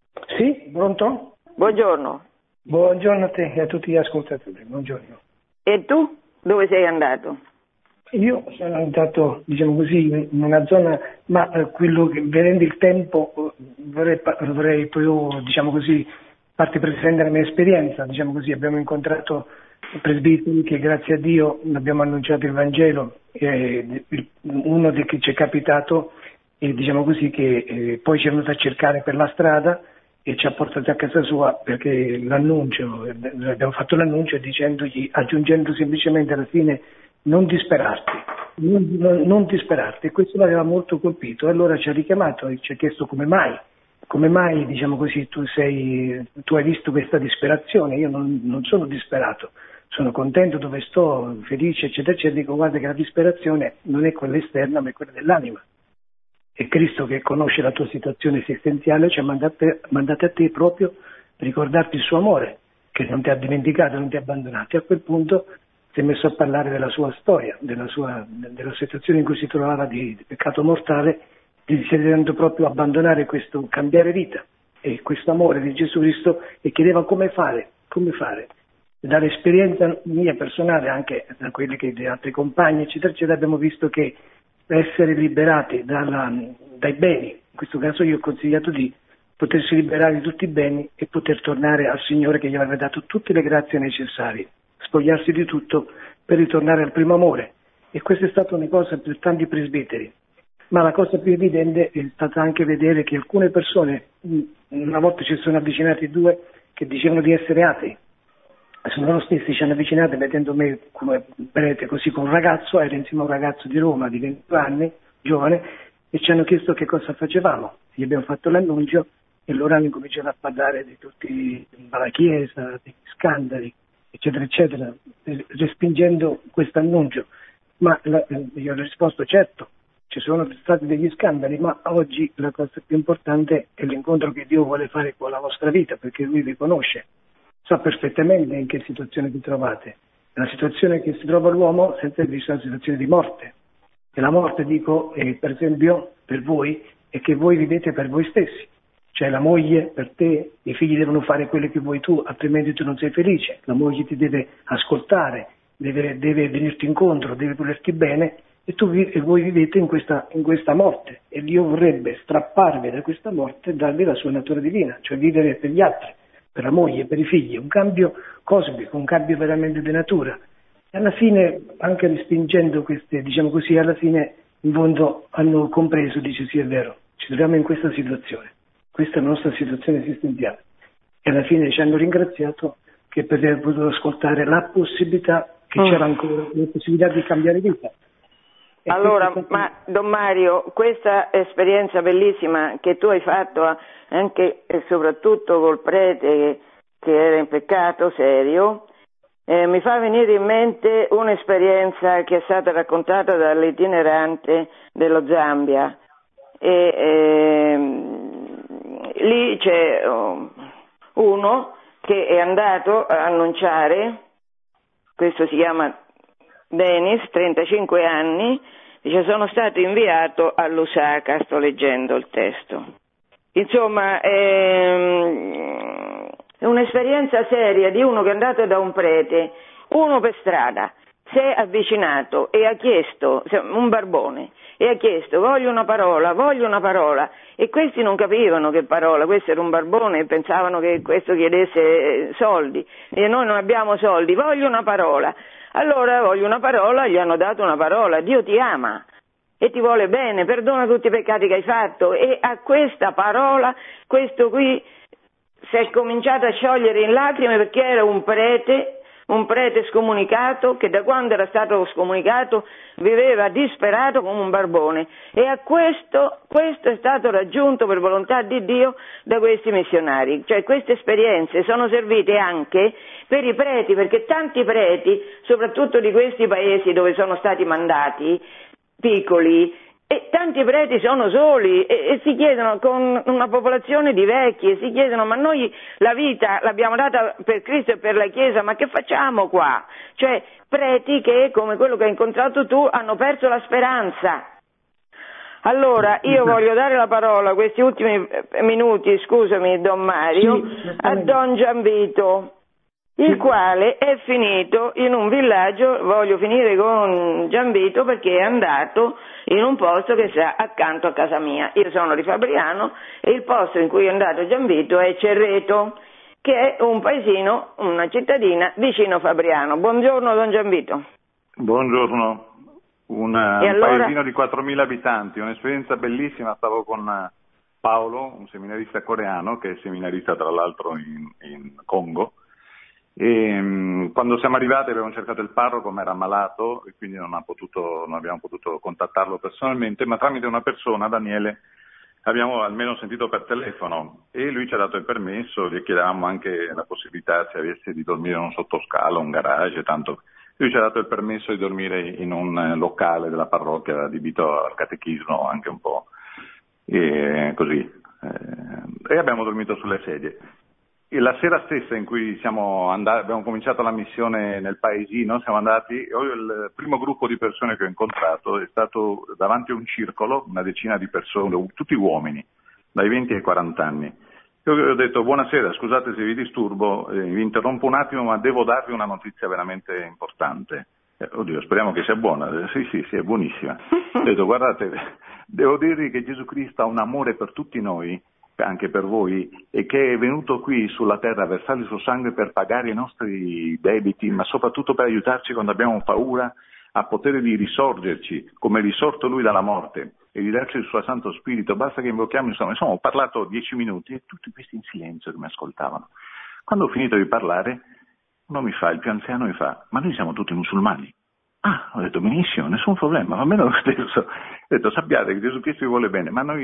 Sì, pronto? Buongiorno. Buongiorno a te e a tutti gli ascoltatori, buongiorno. E tu? Dove sei andato? Io sono andato, diciamo così, in una zona, ma eh, quello che, vedendo il tempo, vorrei, vorrei poi, diciamo così, farti presente la mia esperienza, diciamo così, abbiamo incontrato presbiteri che grazie a Dio abbiamo annunciato il Vangelo, eh, uno di che ci è capitato, e diciamo così, che eh, poi ci è venuto a cercare per la strada, e ci ha portato a casa sua perché l'annuncio, abbiamo fatto l'annuncio dicendogli, aggiungendo semplicemente alla fine non disperarti, non, non, non disperarti, e questo l'aveva molto colpito. Allora ci ha richiamato e ci ha chiesto come mai, come mai diciamo così tu sei, tu hai visto questa disperazione. Io non, non sono disperato, sono contento dove sto, felice eccetera eccetera. Dico guarda che la disperazione non è quella esterna ma è quella dell'anima. E Cristo, che conosce la tua situazione esistenziale, ci ha mandato, mandato a te proprio per ricordarti il suo amore, che non ti ha dimenticato, non ti ha abbandonato. E a quel punto si è messo a parlare della sua storia, della, sua, della situazione in cui si trovava di, di peccato mortale, di si dovendo proprio abbandonare questo, cambiare vita e questo amore di Gesù Cristo, e chiedeva come fare, come fare. Dall'esperienza mia personale, anche da quelle che di altri compagni, eccetera, eccetera, abbiamo visto che essere liberati dalla, dai beni, in questo caso io ho consigliato di potersi liberare di tutti i beni e poter tornare al Signore che gli aveva dato tutte le grazie necessarie, spogliarsi di tutto per ritornare al primo amore. E questa è stata una cosa per tanti presbiteri, ma la cosa più evidente è stata anche vedere che alcune persone, una volta ci sono avvicinati due che dicevano di essere atei, sono loro stessi ci hanno avvicinati vedendo me come prete, così con un ragazzo, era insieme a un ragazzo di Roma di venti anni, giovane, e ci hanno chiesto che cosa facevamo. gli abbiamo fatto l'annuncio e loro hanno incominciato a parlare di tutti, dalla Chiesa, degli scandali, eccetera, eccetera, respingendo questo annuncio. Ma la, io ho risposto certo, ci sono stati degli scandali, ma oggi la cosa più importante è l'incontro che Dio vuole fare con la vostra vita, perché Lui vi conosce, sa perfettamente in che situazione vi trovate. La situazione che si trova l'uomo senza di una situazione di morte. E la morte, dico, è, per esempio, per voi, è che voi vivete per voi stessi. Cioè la moglie per te, i figli devono fare quello che vuoi tu, altrimenti tu non sei felice. La moglie ti deve ascoltare, deve, deve venirti incontro, deve volerti bene, e tu e voi vivete in questa, in questa morte. E Dio vorrebbe strapparvi da questa morte e darvi la sua natura divina, cioè vivere per gli altri, per la moglie, per i figli, un cambio cosmico, un cambio veramente di natura. E alla fine, anche respingendo queste, diciamo così, alla fine in fondo hanno compreso, dice sì è vero, ci troviamo in questa situazione, questa è la nostra situazione esistenziale. E alla fine ci hanno ringraziato che per aver potuto ascoltare la possibilità, che oh. c'era ancora la possibilità di cambiare vita. E allora, questo... ma Don Mario, questa esperienza bellissima che tu hai fatto anche e soprattutto col prete che era in peccato serio, eh, mi fa venire in mente un'esperienza che è stata raccontata dall'itinerante dello Zambia. E, ehm, lì c'è uno che è andato a annunciare, questo si chiama Dennis, trentacinque anni, dice sono stato inviato a Lusaka, sto leggendo il testo. Insomma, ehm, è un'esperienza seria di uno che è andato da un prete, uno per strada, si è avvicinato e ha chiesto, un barbone, e ha chiesto voglio una parola, voglio una parola, e questi non capivano che parola, questo era un barbone e pensavano che questo chiedesse soldi, e noi non abbiamo soldi, voglio una parola. Allora voglio una parola, gli hanno dato una parola, Dio ti ama e ti vuole bene, perdona tutti i peccati che hai fatto, e a questa parola, questo qui si è cominciato a sciogliere in lacrime perché era un prete, un prete scomunicato che da quando era stato scomunicato viveva disperato come un barbone, e a questo, questo è stato raggiunto per volontà di Dio da questi missionari. Cioè queste esperienze sono servite anche per i preti, perché tanti preti, soprattutto di questi paesi dove sono stati mandati, piccoli, e tanti preti sono soli e, e si chiedono, con una popolazione di vecchi, e si chiedono ma noi la vita l'abbiamo data per Cristo e per la Chiesa, ma che facciamo qua? Cioè preti che, come quello che hai incontrato tu, hanno perso la speranza. Allora io voglio dare la parola, questi ultimi minuti, scusami Don Mario, sì, a Don Gianvito, il quale è finito in un villaggio. Voglio finire con Gianvito perché è andato in un posto che sta accanto a casa mia. Io sono di Fabriano e il posto in cui è andato Gianvito è Cerreto, che è un paesino, una cittadina vicino Fabriano. Buongiorno Don Gianvito. Buongiorno, una, un allora? paesino di quattromila abitanti, un'esperienza bellissima. Stavo con Paolo, un seminarista coreano che è seminarista tra l'altro in, in Congo. E um, quando siamo arrivati abbiamo cercato il parroco, ma era malato e quindi non, ha potuto, non abbiamo potuto contattarlo personalmente, ma tramite una persona, Daniele, abbiamo almeno sentito per telefono e lui ci ha dato il permesso. Gli chiedevamo anche la possibilità, se avesse, di dormire in un sottoscala, un garage, tanto lui ci ha dato il permesso di dormire in un locale della parrocchia adibito al catechismo, anche un po' e così, eh, e abbiamo dormito sulle sedie. E la sera stessa in cui siamo andati, abbiamo cominciato la missione nel paesino, siamo andati, il primo gruppo di persone che ho incontrato è stato davanti a un circolo, una decina di persone, tutti uomini, dai venti ai quaranta anni. Io ho detto buonasera, scusate se vi disturbo, eh, vi interrompo un attimo, ma devo darvi una notizia veramente importante. Eh, oddio, speriamo che sia buona. Eh, sì, sì, sì, è buonissima. Ho detto guardate, devo dirvi che Gesù Cristo ha un amore per tutti noi, anche per voi, e che è venuto qui sulla terra a versare il suo sangue per pagare i nostri debiti, ma soprattutto per aiutarci quando abbiamo paura a potere di risorgerci, come è risorto lui dalla morte, e di darci il suo Santo Spirito. Basta che invochiamo, insomma, insomma ho parlato dieci minuti e tutti questi in silenzio che mi ascoltavano. Quando ho finito di parlare, uno mi fa, il più anziano mi fa, ma noi siamo tutti musulmani. Ah, ho detto benissimo, nessun problema, va bene lo stesso. Ho detto sappiate che Gesù Cristo vi vuole bene, ma noi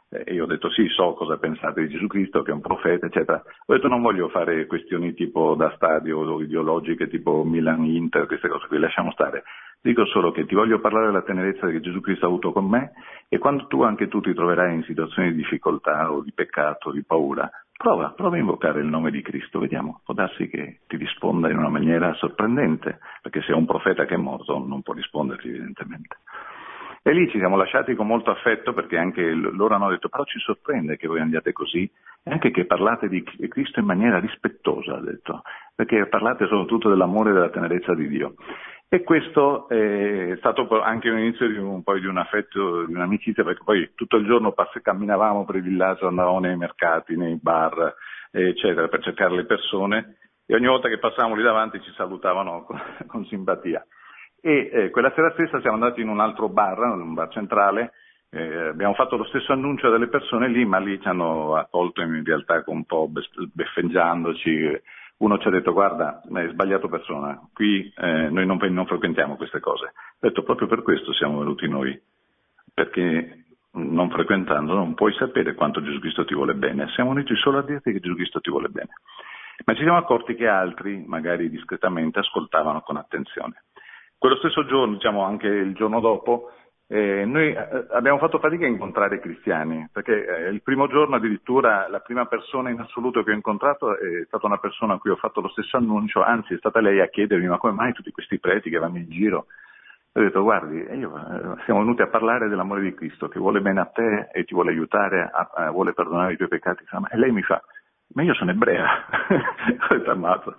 E io ho detto sì, so cosa pensate di Gesù Cristo, che è un profeta, eccetera. Ho detto non voglio fare questioni tipo da stadio o ideologiche tipo Milan-Inter, queste cose qui, lasciamo stare. Dico solo che ti voglio parlare della tenerezza che Gesù Cristo ha avuto con me, e quando tu anche tu ti troverai in situazioni di difficoltà o di peccato, di paura, prova, prova a invocare il nome di Cristo, vediamo, può darsi che ti risponda in una maniera sorprendente, perché se è un profeta che è morto non può risponderti evidentemente. E lì ci siamo lasciati con molto affetto, perché anche loro hanno detto però ci sorprende che voi andiate così e anche che parlate di Cristo in maniera rispettosa, ha detto, perché parlate soprattutto dell'amore e della tenerezza di Dio. E questo è stato anche l'inizio di un poi di un affetto, di un'amicizia, perché poi tutto il giorno pass- camminavamo per il villaggio, andavamo nei mercati, nei bar, eccetera, per cercare le persone, e ogni volta che passavamo lì davanti ci salutavano con, con simpatia. E eh, quella sera stessa siamo andati in un altro bar, un bar centrale, eh, abbiamo fatto lo stesso annuncio delle persone lì, ma lì ci hanno accolto in realtà un po' beffeggiandoci. Uno ci ha detto guarda, hai sbagliato persona, qui eh, noi non, non frequentiamo queste cose. Ho detto proprio per questo siamo venuti noi, perché non frequentando non puoi sapere quanto Gesù Cristo ti vuole bene, siamo venuti solo a dirti che Gesù Cristo ti vuole bene. Ma ci siamo accorti che altri, magari discretamente, ascoltavano con attenzione. Quello stesso giorno, diciamo anche il giorno dopo, eh, noi eh, abbiamo fatto fatica a incontrare cristiani, perché eh, il primo giorno addirittura la prima persona in assoluto che ho incontrato è stata una persona a cui ho fatto lo stesso annuncio, anzi è stata lei a chiedermi ma come mai tutti questi preti che vanno in giro? Ho detto guardi, io, eh, siamo venuti a parlare dell'amore di Cristo che vuole bene a te e ti vuole aiutare, a, a, vuole perdonare i tuoi peccati, e lei mi fa ma io sono ebrea, ho detto ammazzo,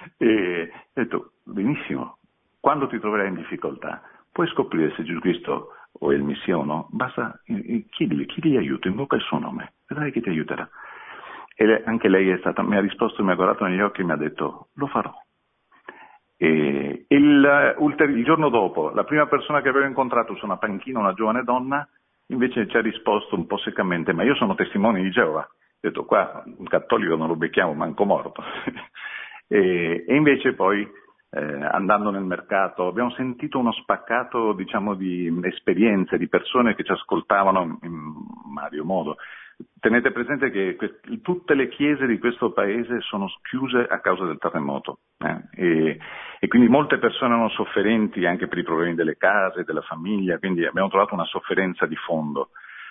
e ho detto benissimo. Quando ti troverai in difficoltà, puoi scoprire se Gesù Cristo o è il Messia o no, basta chiedili, chiedili aiuto, invoca il suo nome, vedrai che ti aiuterà. E anche lei è stata, mi ha risposto, mi ha guardato negli occhi e mi ha detto, lo farò. E il, il giorno dopo, la prima persona che avevo incontrato su una panchina, una giovane donna, invece ci ha risposto un po' seccamente, ma io sono testimone di Geova. Ho detto, qua un cattolico non lo becchiamo, manco morto. e, e invece poi... Eh, andando nel mercato abbiamo sentito uno spaccato diciamo di esperienze, di persone che ci ascoltavano in vario modo. Tenete presente che que- tutte le chiese di questo paese sono chiuse a causa del terremoto eh? e, e quindi molte persone erano sofferenti anche per i problemi delle case, della famiglia, quindi abbiamo trovato una sofferenza di fondo.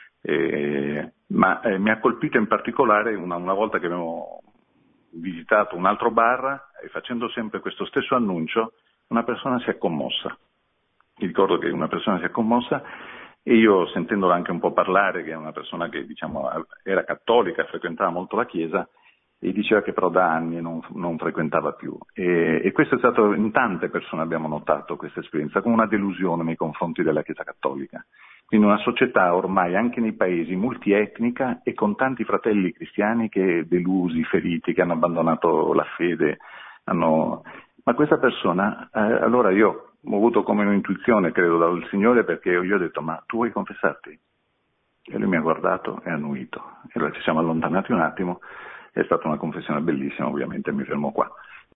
Eh, ma eh, mi ha colpito in particolare una, una volta che abbiamo visitato un altro bar e facendo sempre questo stesso annuncio una persona si è commossa. Mi ricordo che una persona si è commossa e io sentendola anche un po' parlare, che è una persona che diciamo era cattolica, frequentava molto la chiesa, e diceva che però da anni non, non frequentava più. E, e questo è stato, in tante persone abbiamo notato questa esperienza, come una delusione nei confronti della Chiesa cattolica. Quindi una società ormai anche nei paesi multietnica e con tanti fratelli cristiani che delusi, feriti, che hanno abbandonato la fede. Hanno... Ma questa persona, eh, allora io ho avuto come un'intuizione, credo, dal Signore, perché io gli ho detto, ma tu vuoi confessarti? E lui mi ha guardato e ha annuito. E allora ci siamo allontanati un attimo, è stata una confessione bellissima, ovviamente mi fermo qua.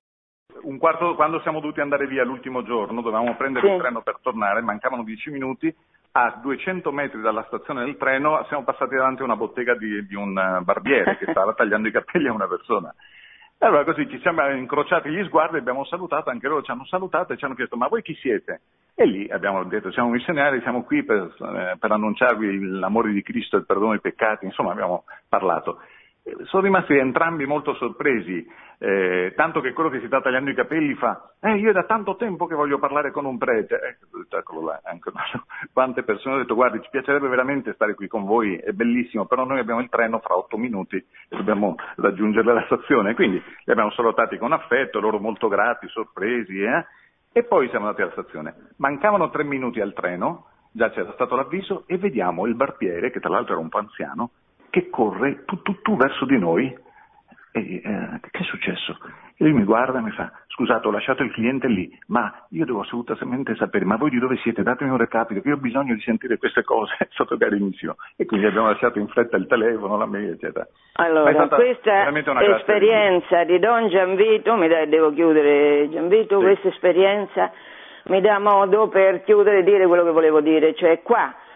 Un quarto, quando siamo dovuti andare via l'ultimo giorno, dovevamo prendere sì. il treno per tornare, mancavano dieci minuti, a duecento metri dalla stazione del treno siamo passati davanti a una bottega di, di un barbiere che stava tagliando i capelli a una persona. E allora così ci siamo incrociati gli sguardi, abbiamo salutato, anche loro ci hanno salutato e ci hanno chiesto ma voi chi siete? E lì abbiamo detto siamo missionari, siamo qui per, eh, per annunciarvi l'amore di Cristo e il perdono dei peccati, insomma abbiamo parlato. Sono rimasti entrambi molto sorpresi, eh, tanto che quello che si sta tagliando i capelli fa eh, io è da tanto tempo che voglio parlare con un prete, eh, eccolo là, anche, quante persone hanno detto guardi ci piacerebbe veramente stare qui con voi, è bellissimo, però noi abbiamo il treno fra otto minuti e dobbiamo raggiungere la stazione, quindi li abbiamo salutati con affetto, loro molto grati, sorpresi, eh? E poi siamo andati alla stazione, mancavano tre minuti al treno, già c'era stato l'avviso e vediamo il barbiere, che tra l'altro era un po' anziano, che corre tu, tu, tu verso di noi e eh, che è successo? E lui mi guarda e mi fa scusate ho lasciato il cliente lì, ma io devo assolutamente sapere, ma voi di dove siete? Datemi un recapito, che io ho bisogno di sentire queste cose, è stato carinissimo. E quindi abbiamo lasciato in fretta il telefono, la mail, eccetera. Allora, questa esperienza di Don Gianvito, mi dai, devo chiudere Gianvito, sì. Questa esperienza mi dà modo per chiudere e dire quello che volevo dire, cioè qua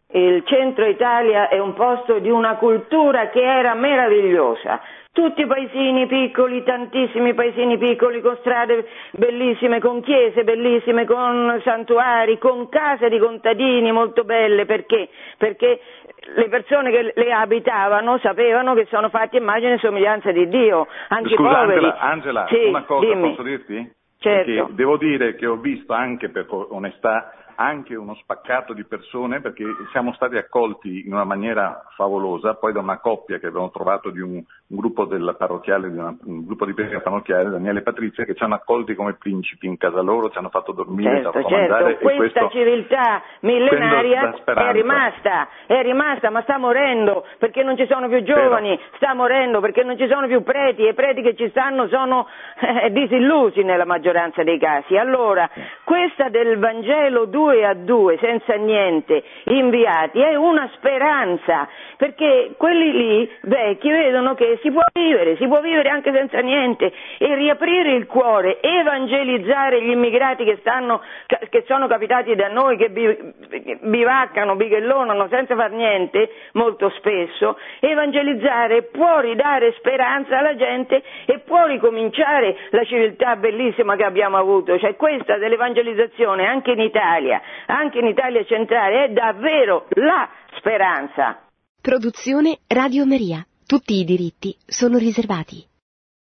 il centro Italia è un posto di una cultura che era meravigliosa. Tutti paesini piccoli, tantissimi paesini piccoli, con strade bellissime, con chiese bellissime, con santuari, con case di contadini molto belle. Perché? Perché le persone che le abitavano sapevano che sono fatti immagine e somiglianza di Dio, anche Scusa, i poveri. Angela, Angela sì, una cosa dimmi. posso dirti? Certo. Perché devo dire che ho visto anche, per onestà, anche uno spaccato di persone, perché siamo stati accolti in una maniera favolosa, poi da una coppia che abbiamo trovato di un, un gruppo del parrocchiale, di una, un gruppo di preghiera parrocchiale, Daniele e Patrizia, che ci hanno accolti come principi in casa loro, ci hanno fatto dormire, certo, ci hanno fatto certo. mangiare. Questa e questo, civiltà millenaria è rimasta, è rimasta, ma sta morendo perché non ci sono più giovani, Vero. sta morendo perché non ci sono più preti, e i preti che ci stanno sono eh, disillusi nella maggioranza dei casi. Allora, questa del Vangelo due a due, senza niente, inviati, è una speranza, perché quelli lì vecchi vedono che si può vivere, si può vivere anche senza niente, e riaprire il cuore, evangelizzare gli immigrati che stanno, che sono capitati da noi, che bivaccano, bighellonano senza far niente molto spesso. Evangelizzare può ridare speranza alla gente e può ricominciare la civiltà bellissima che abbiamo avuto. Cioè, questa dell'evangelizzazione anche in Italia, anche in Italia centrale, è davvero la speranza. Produzione Radio Maria. Tutti i diritti sono riservati.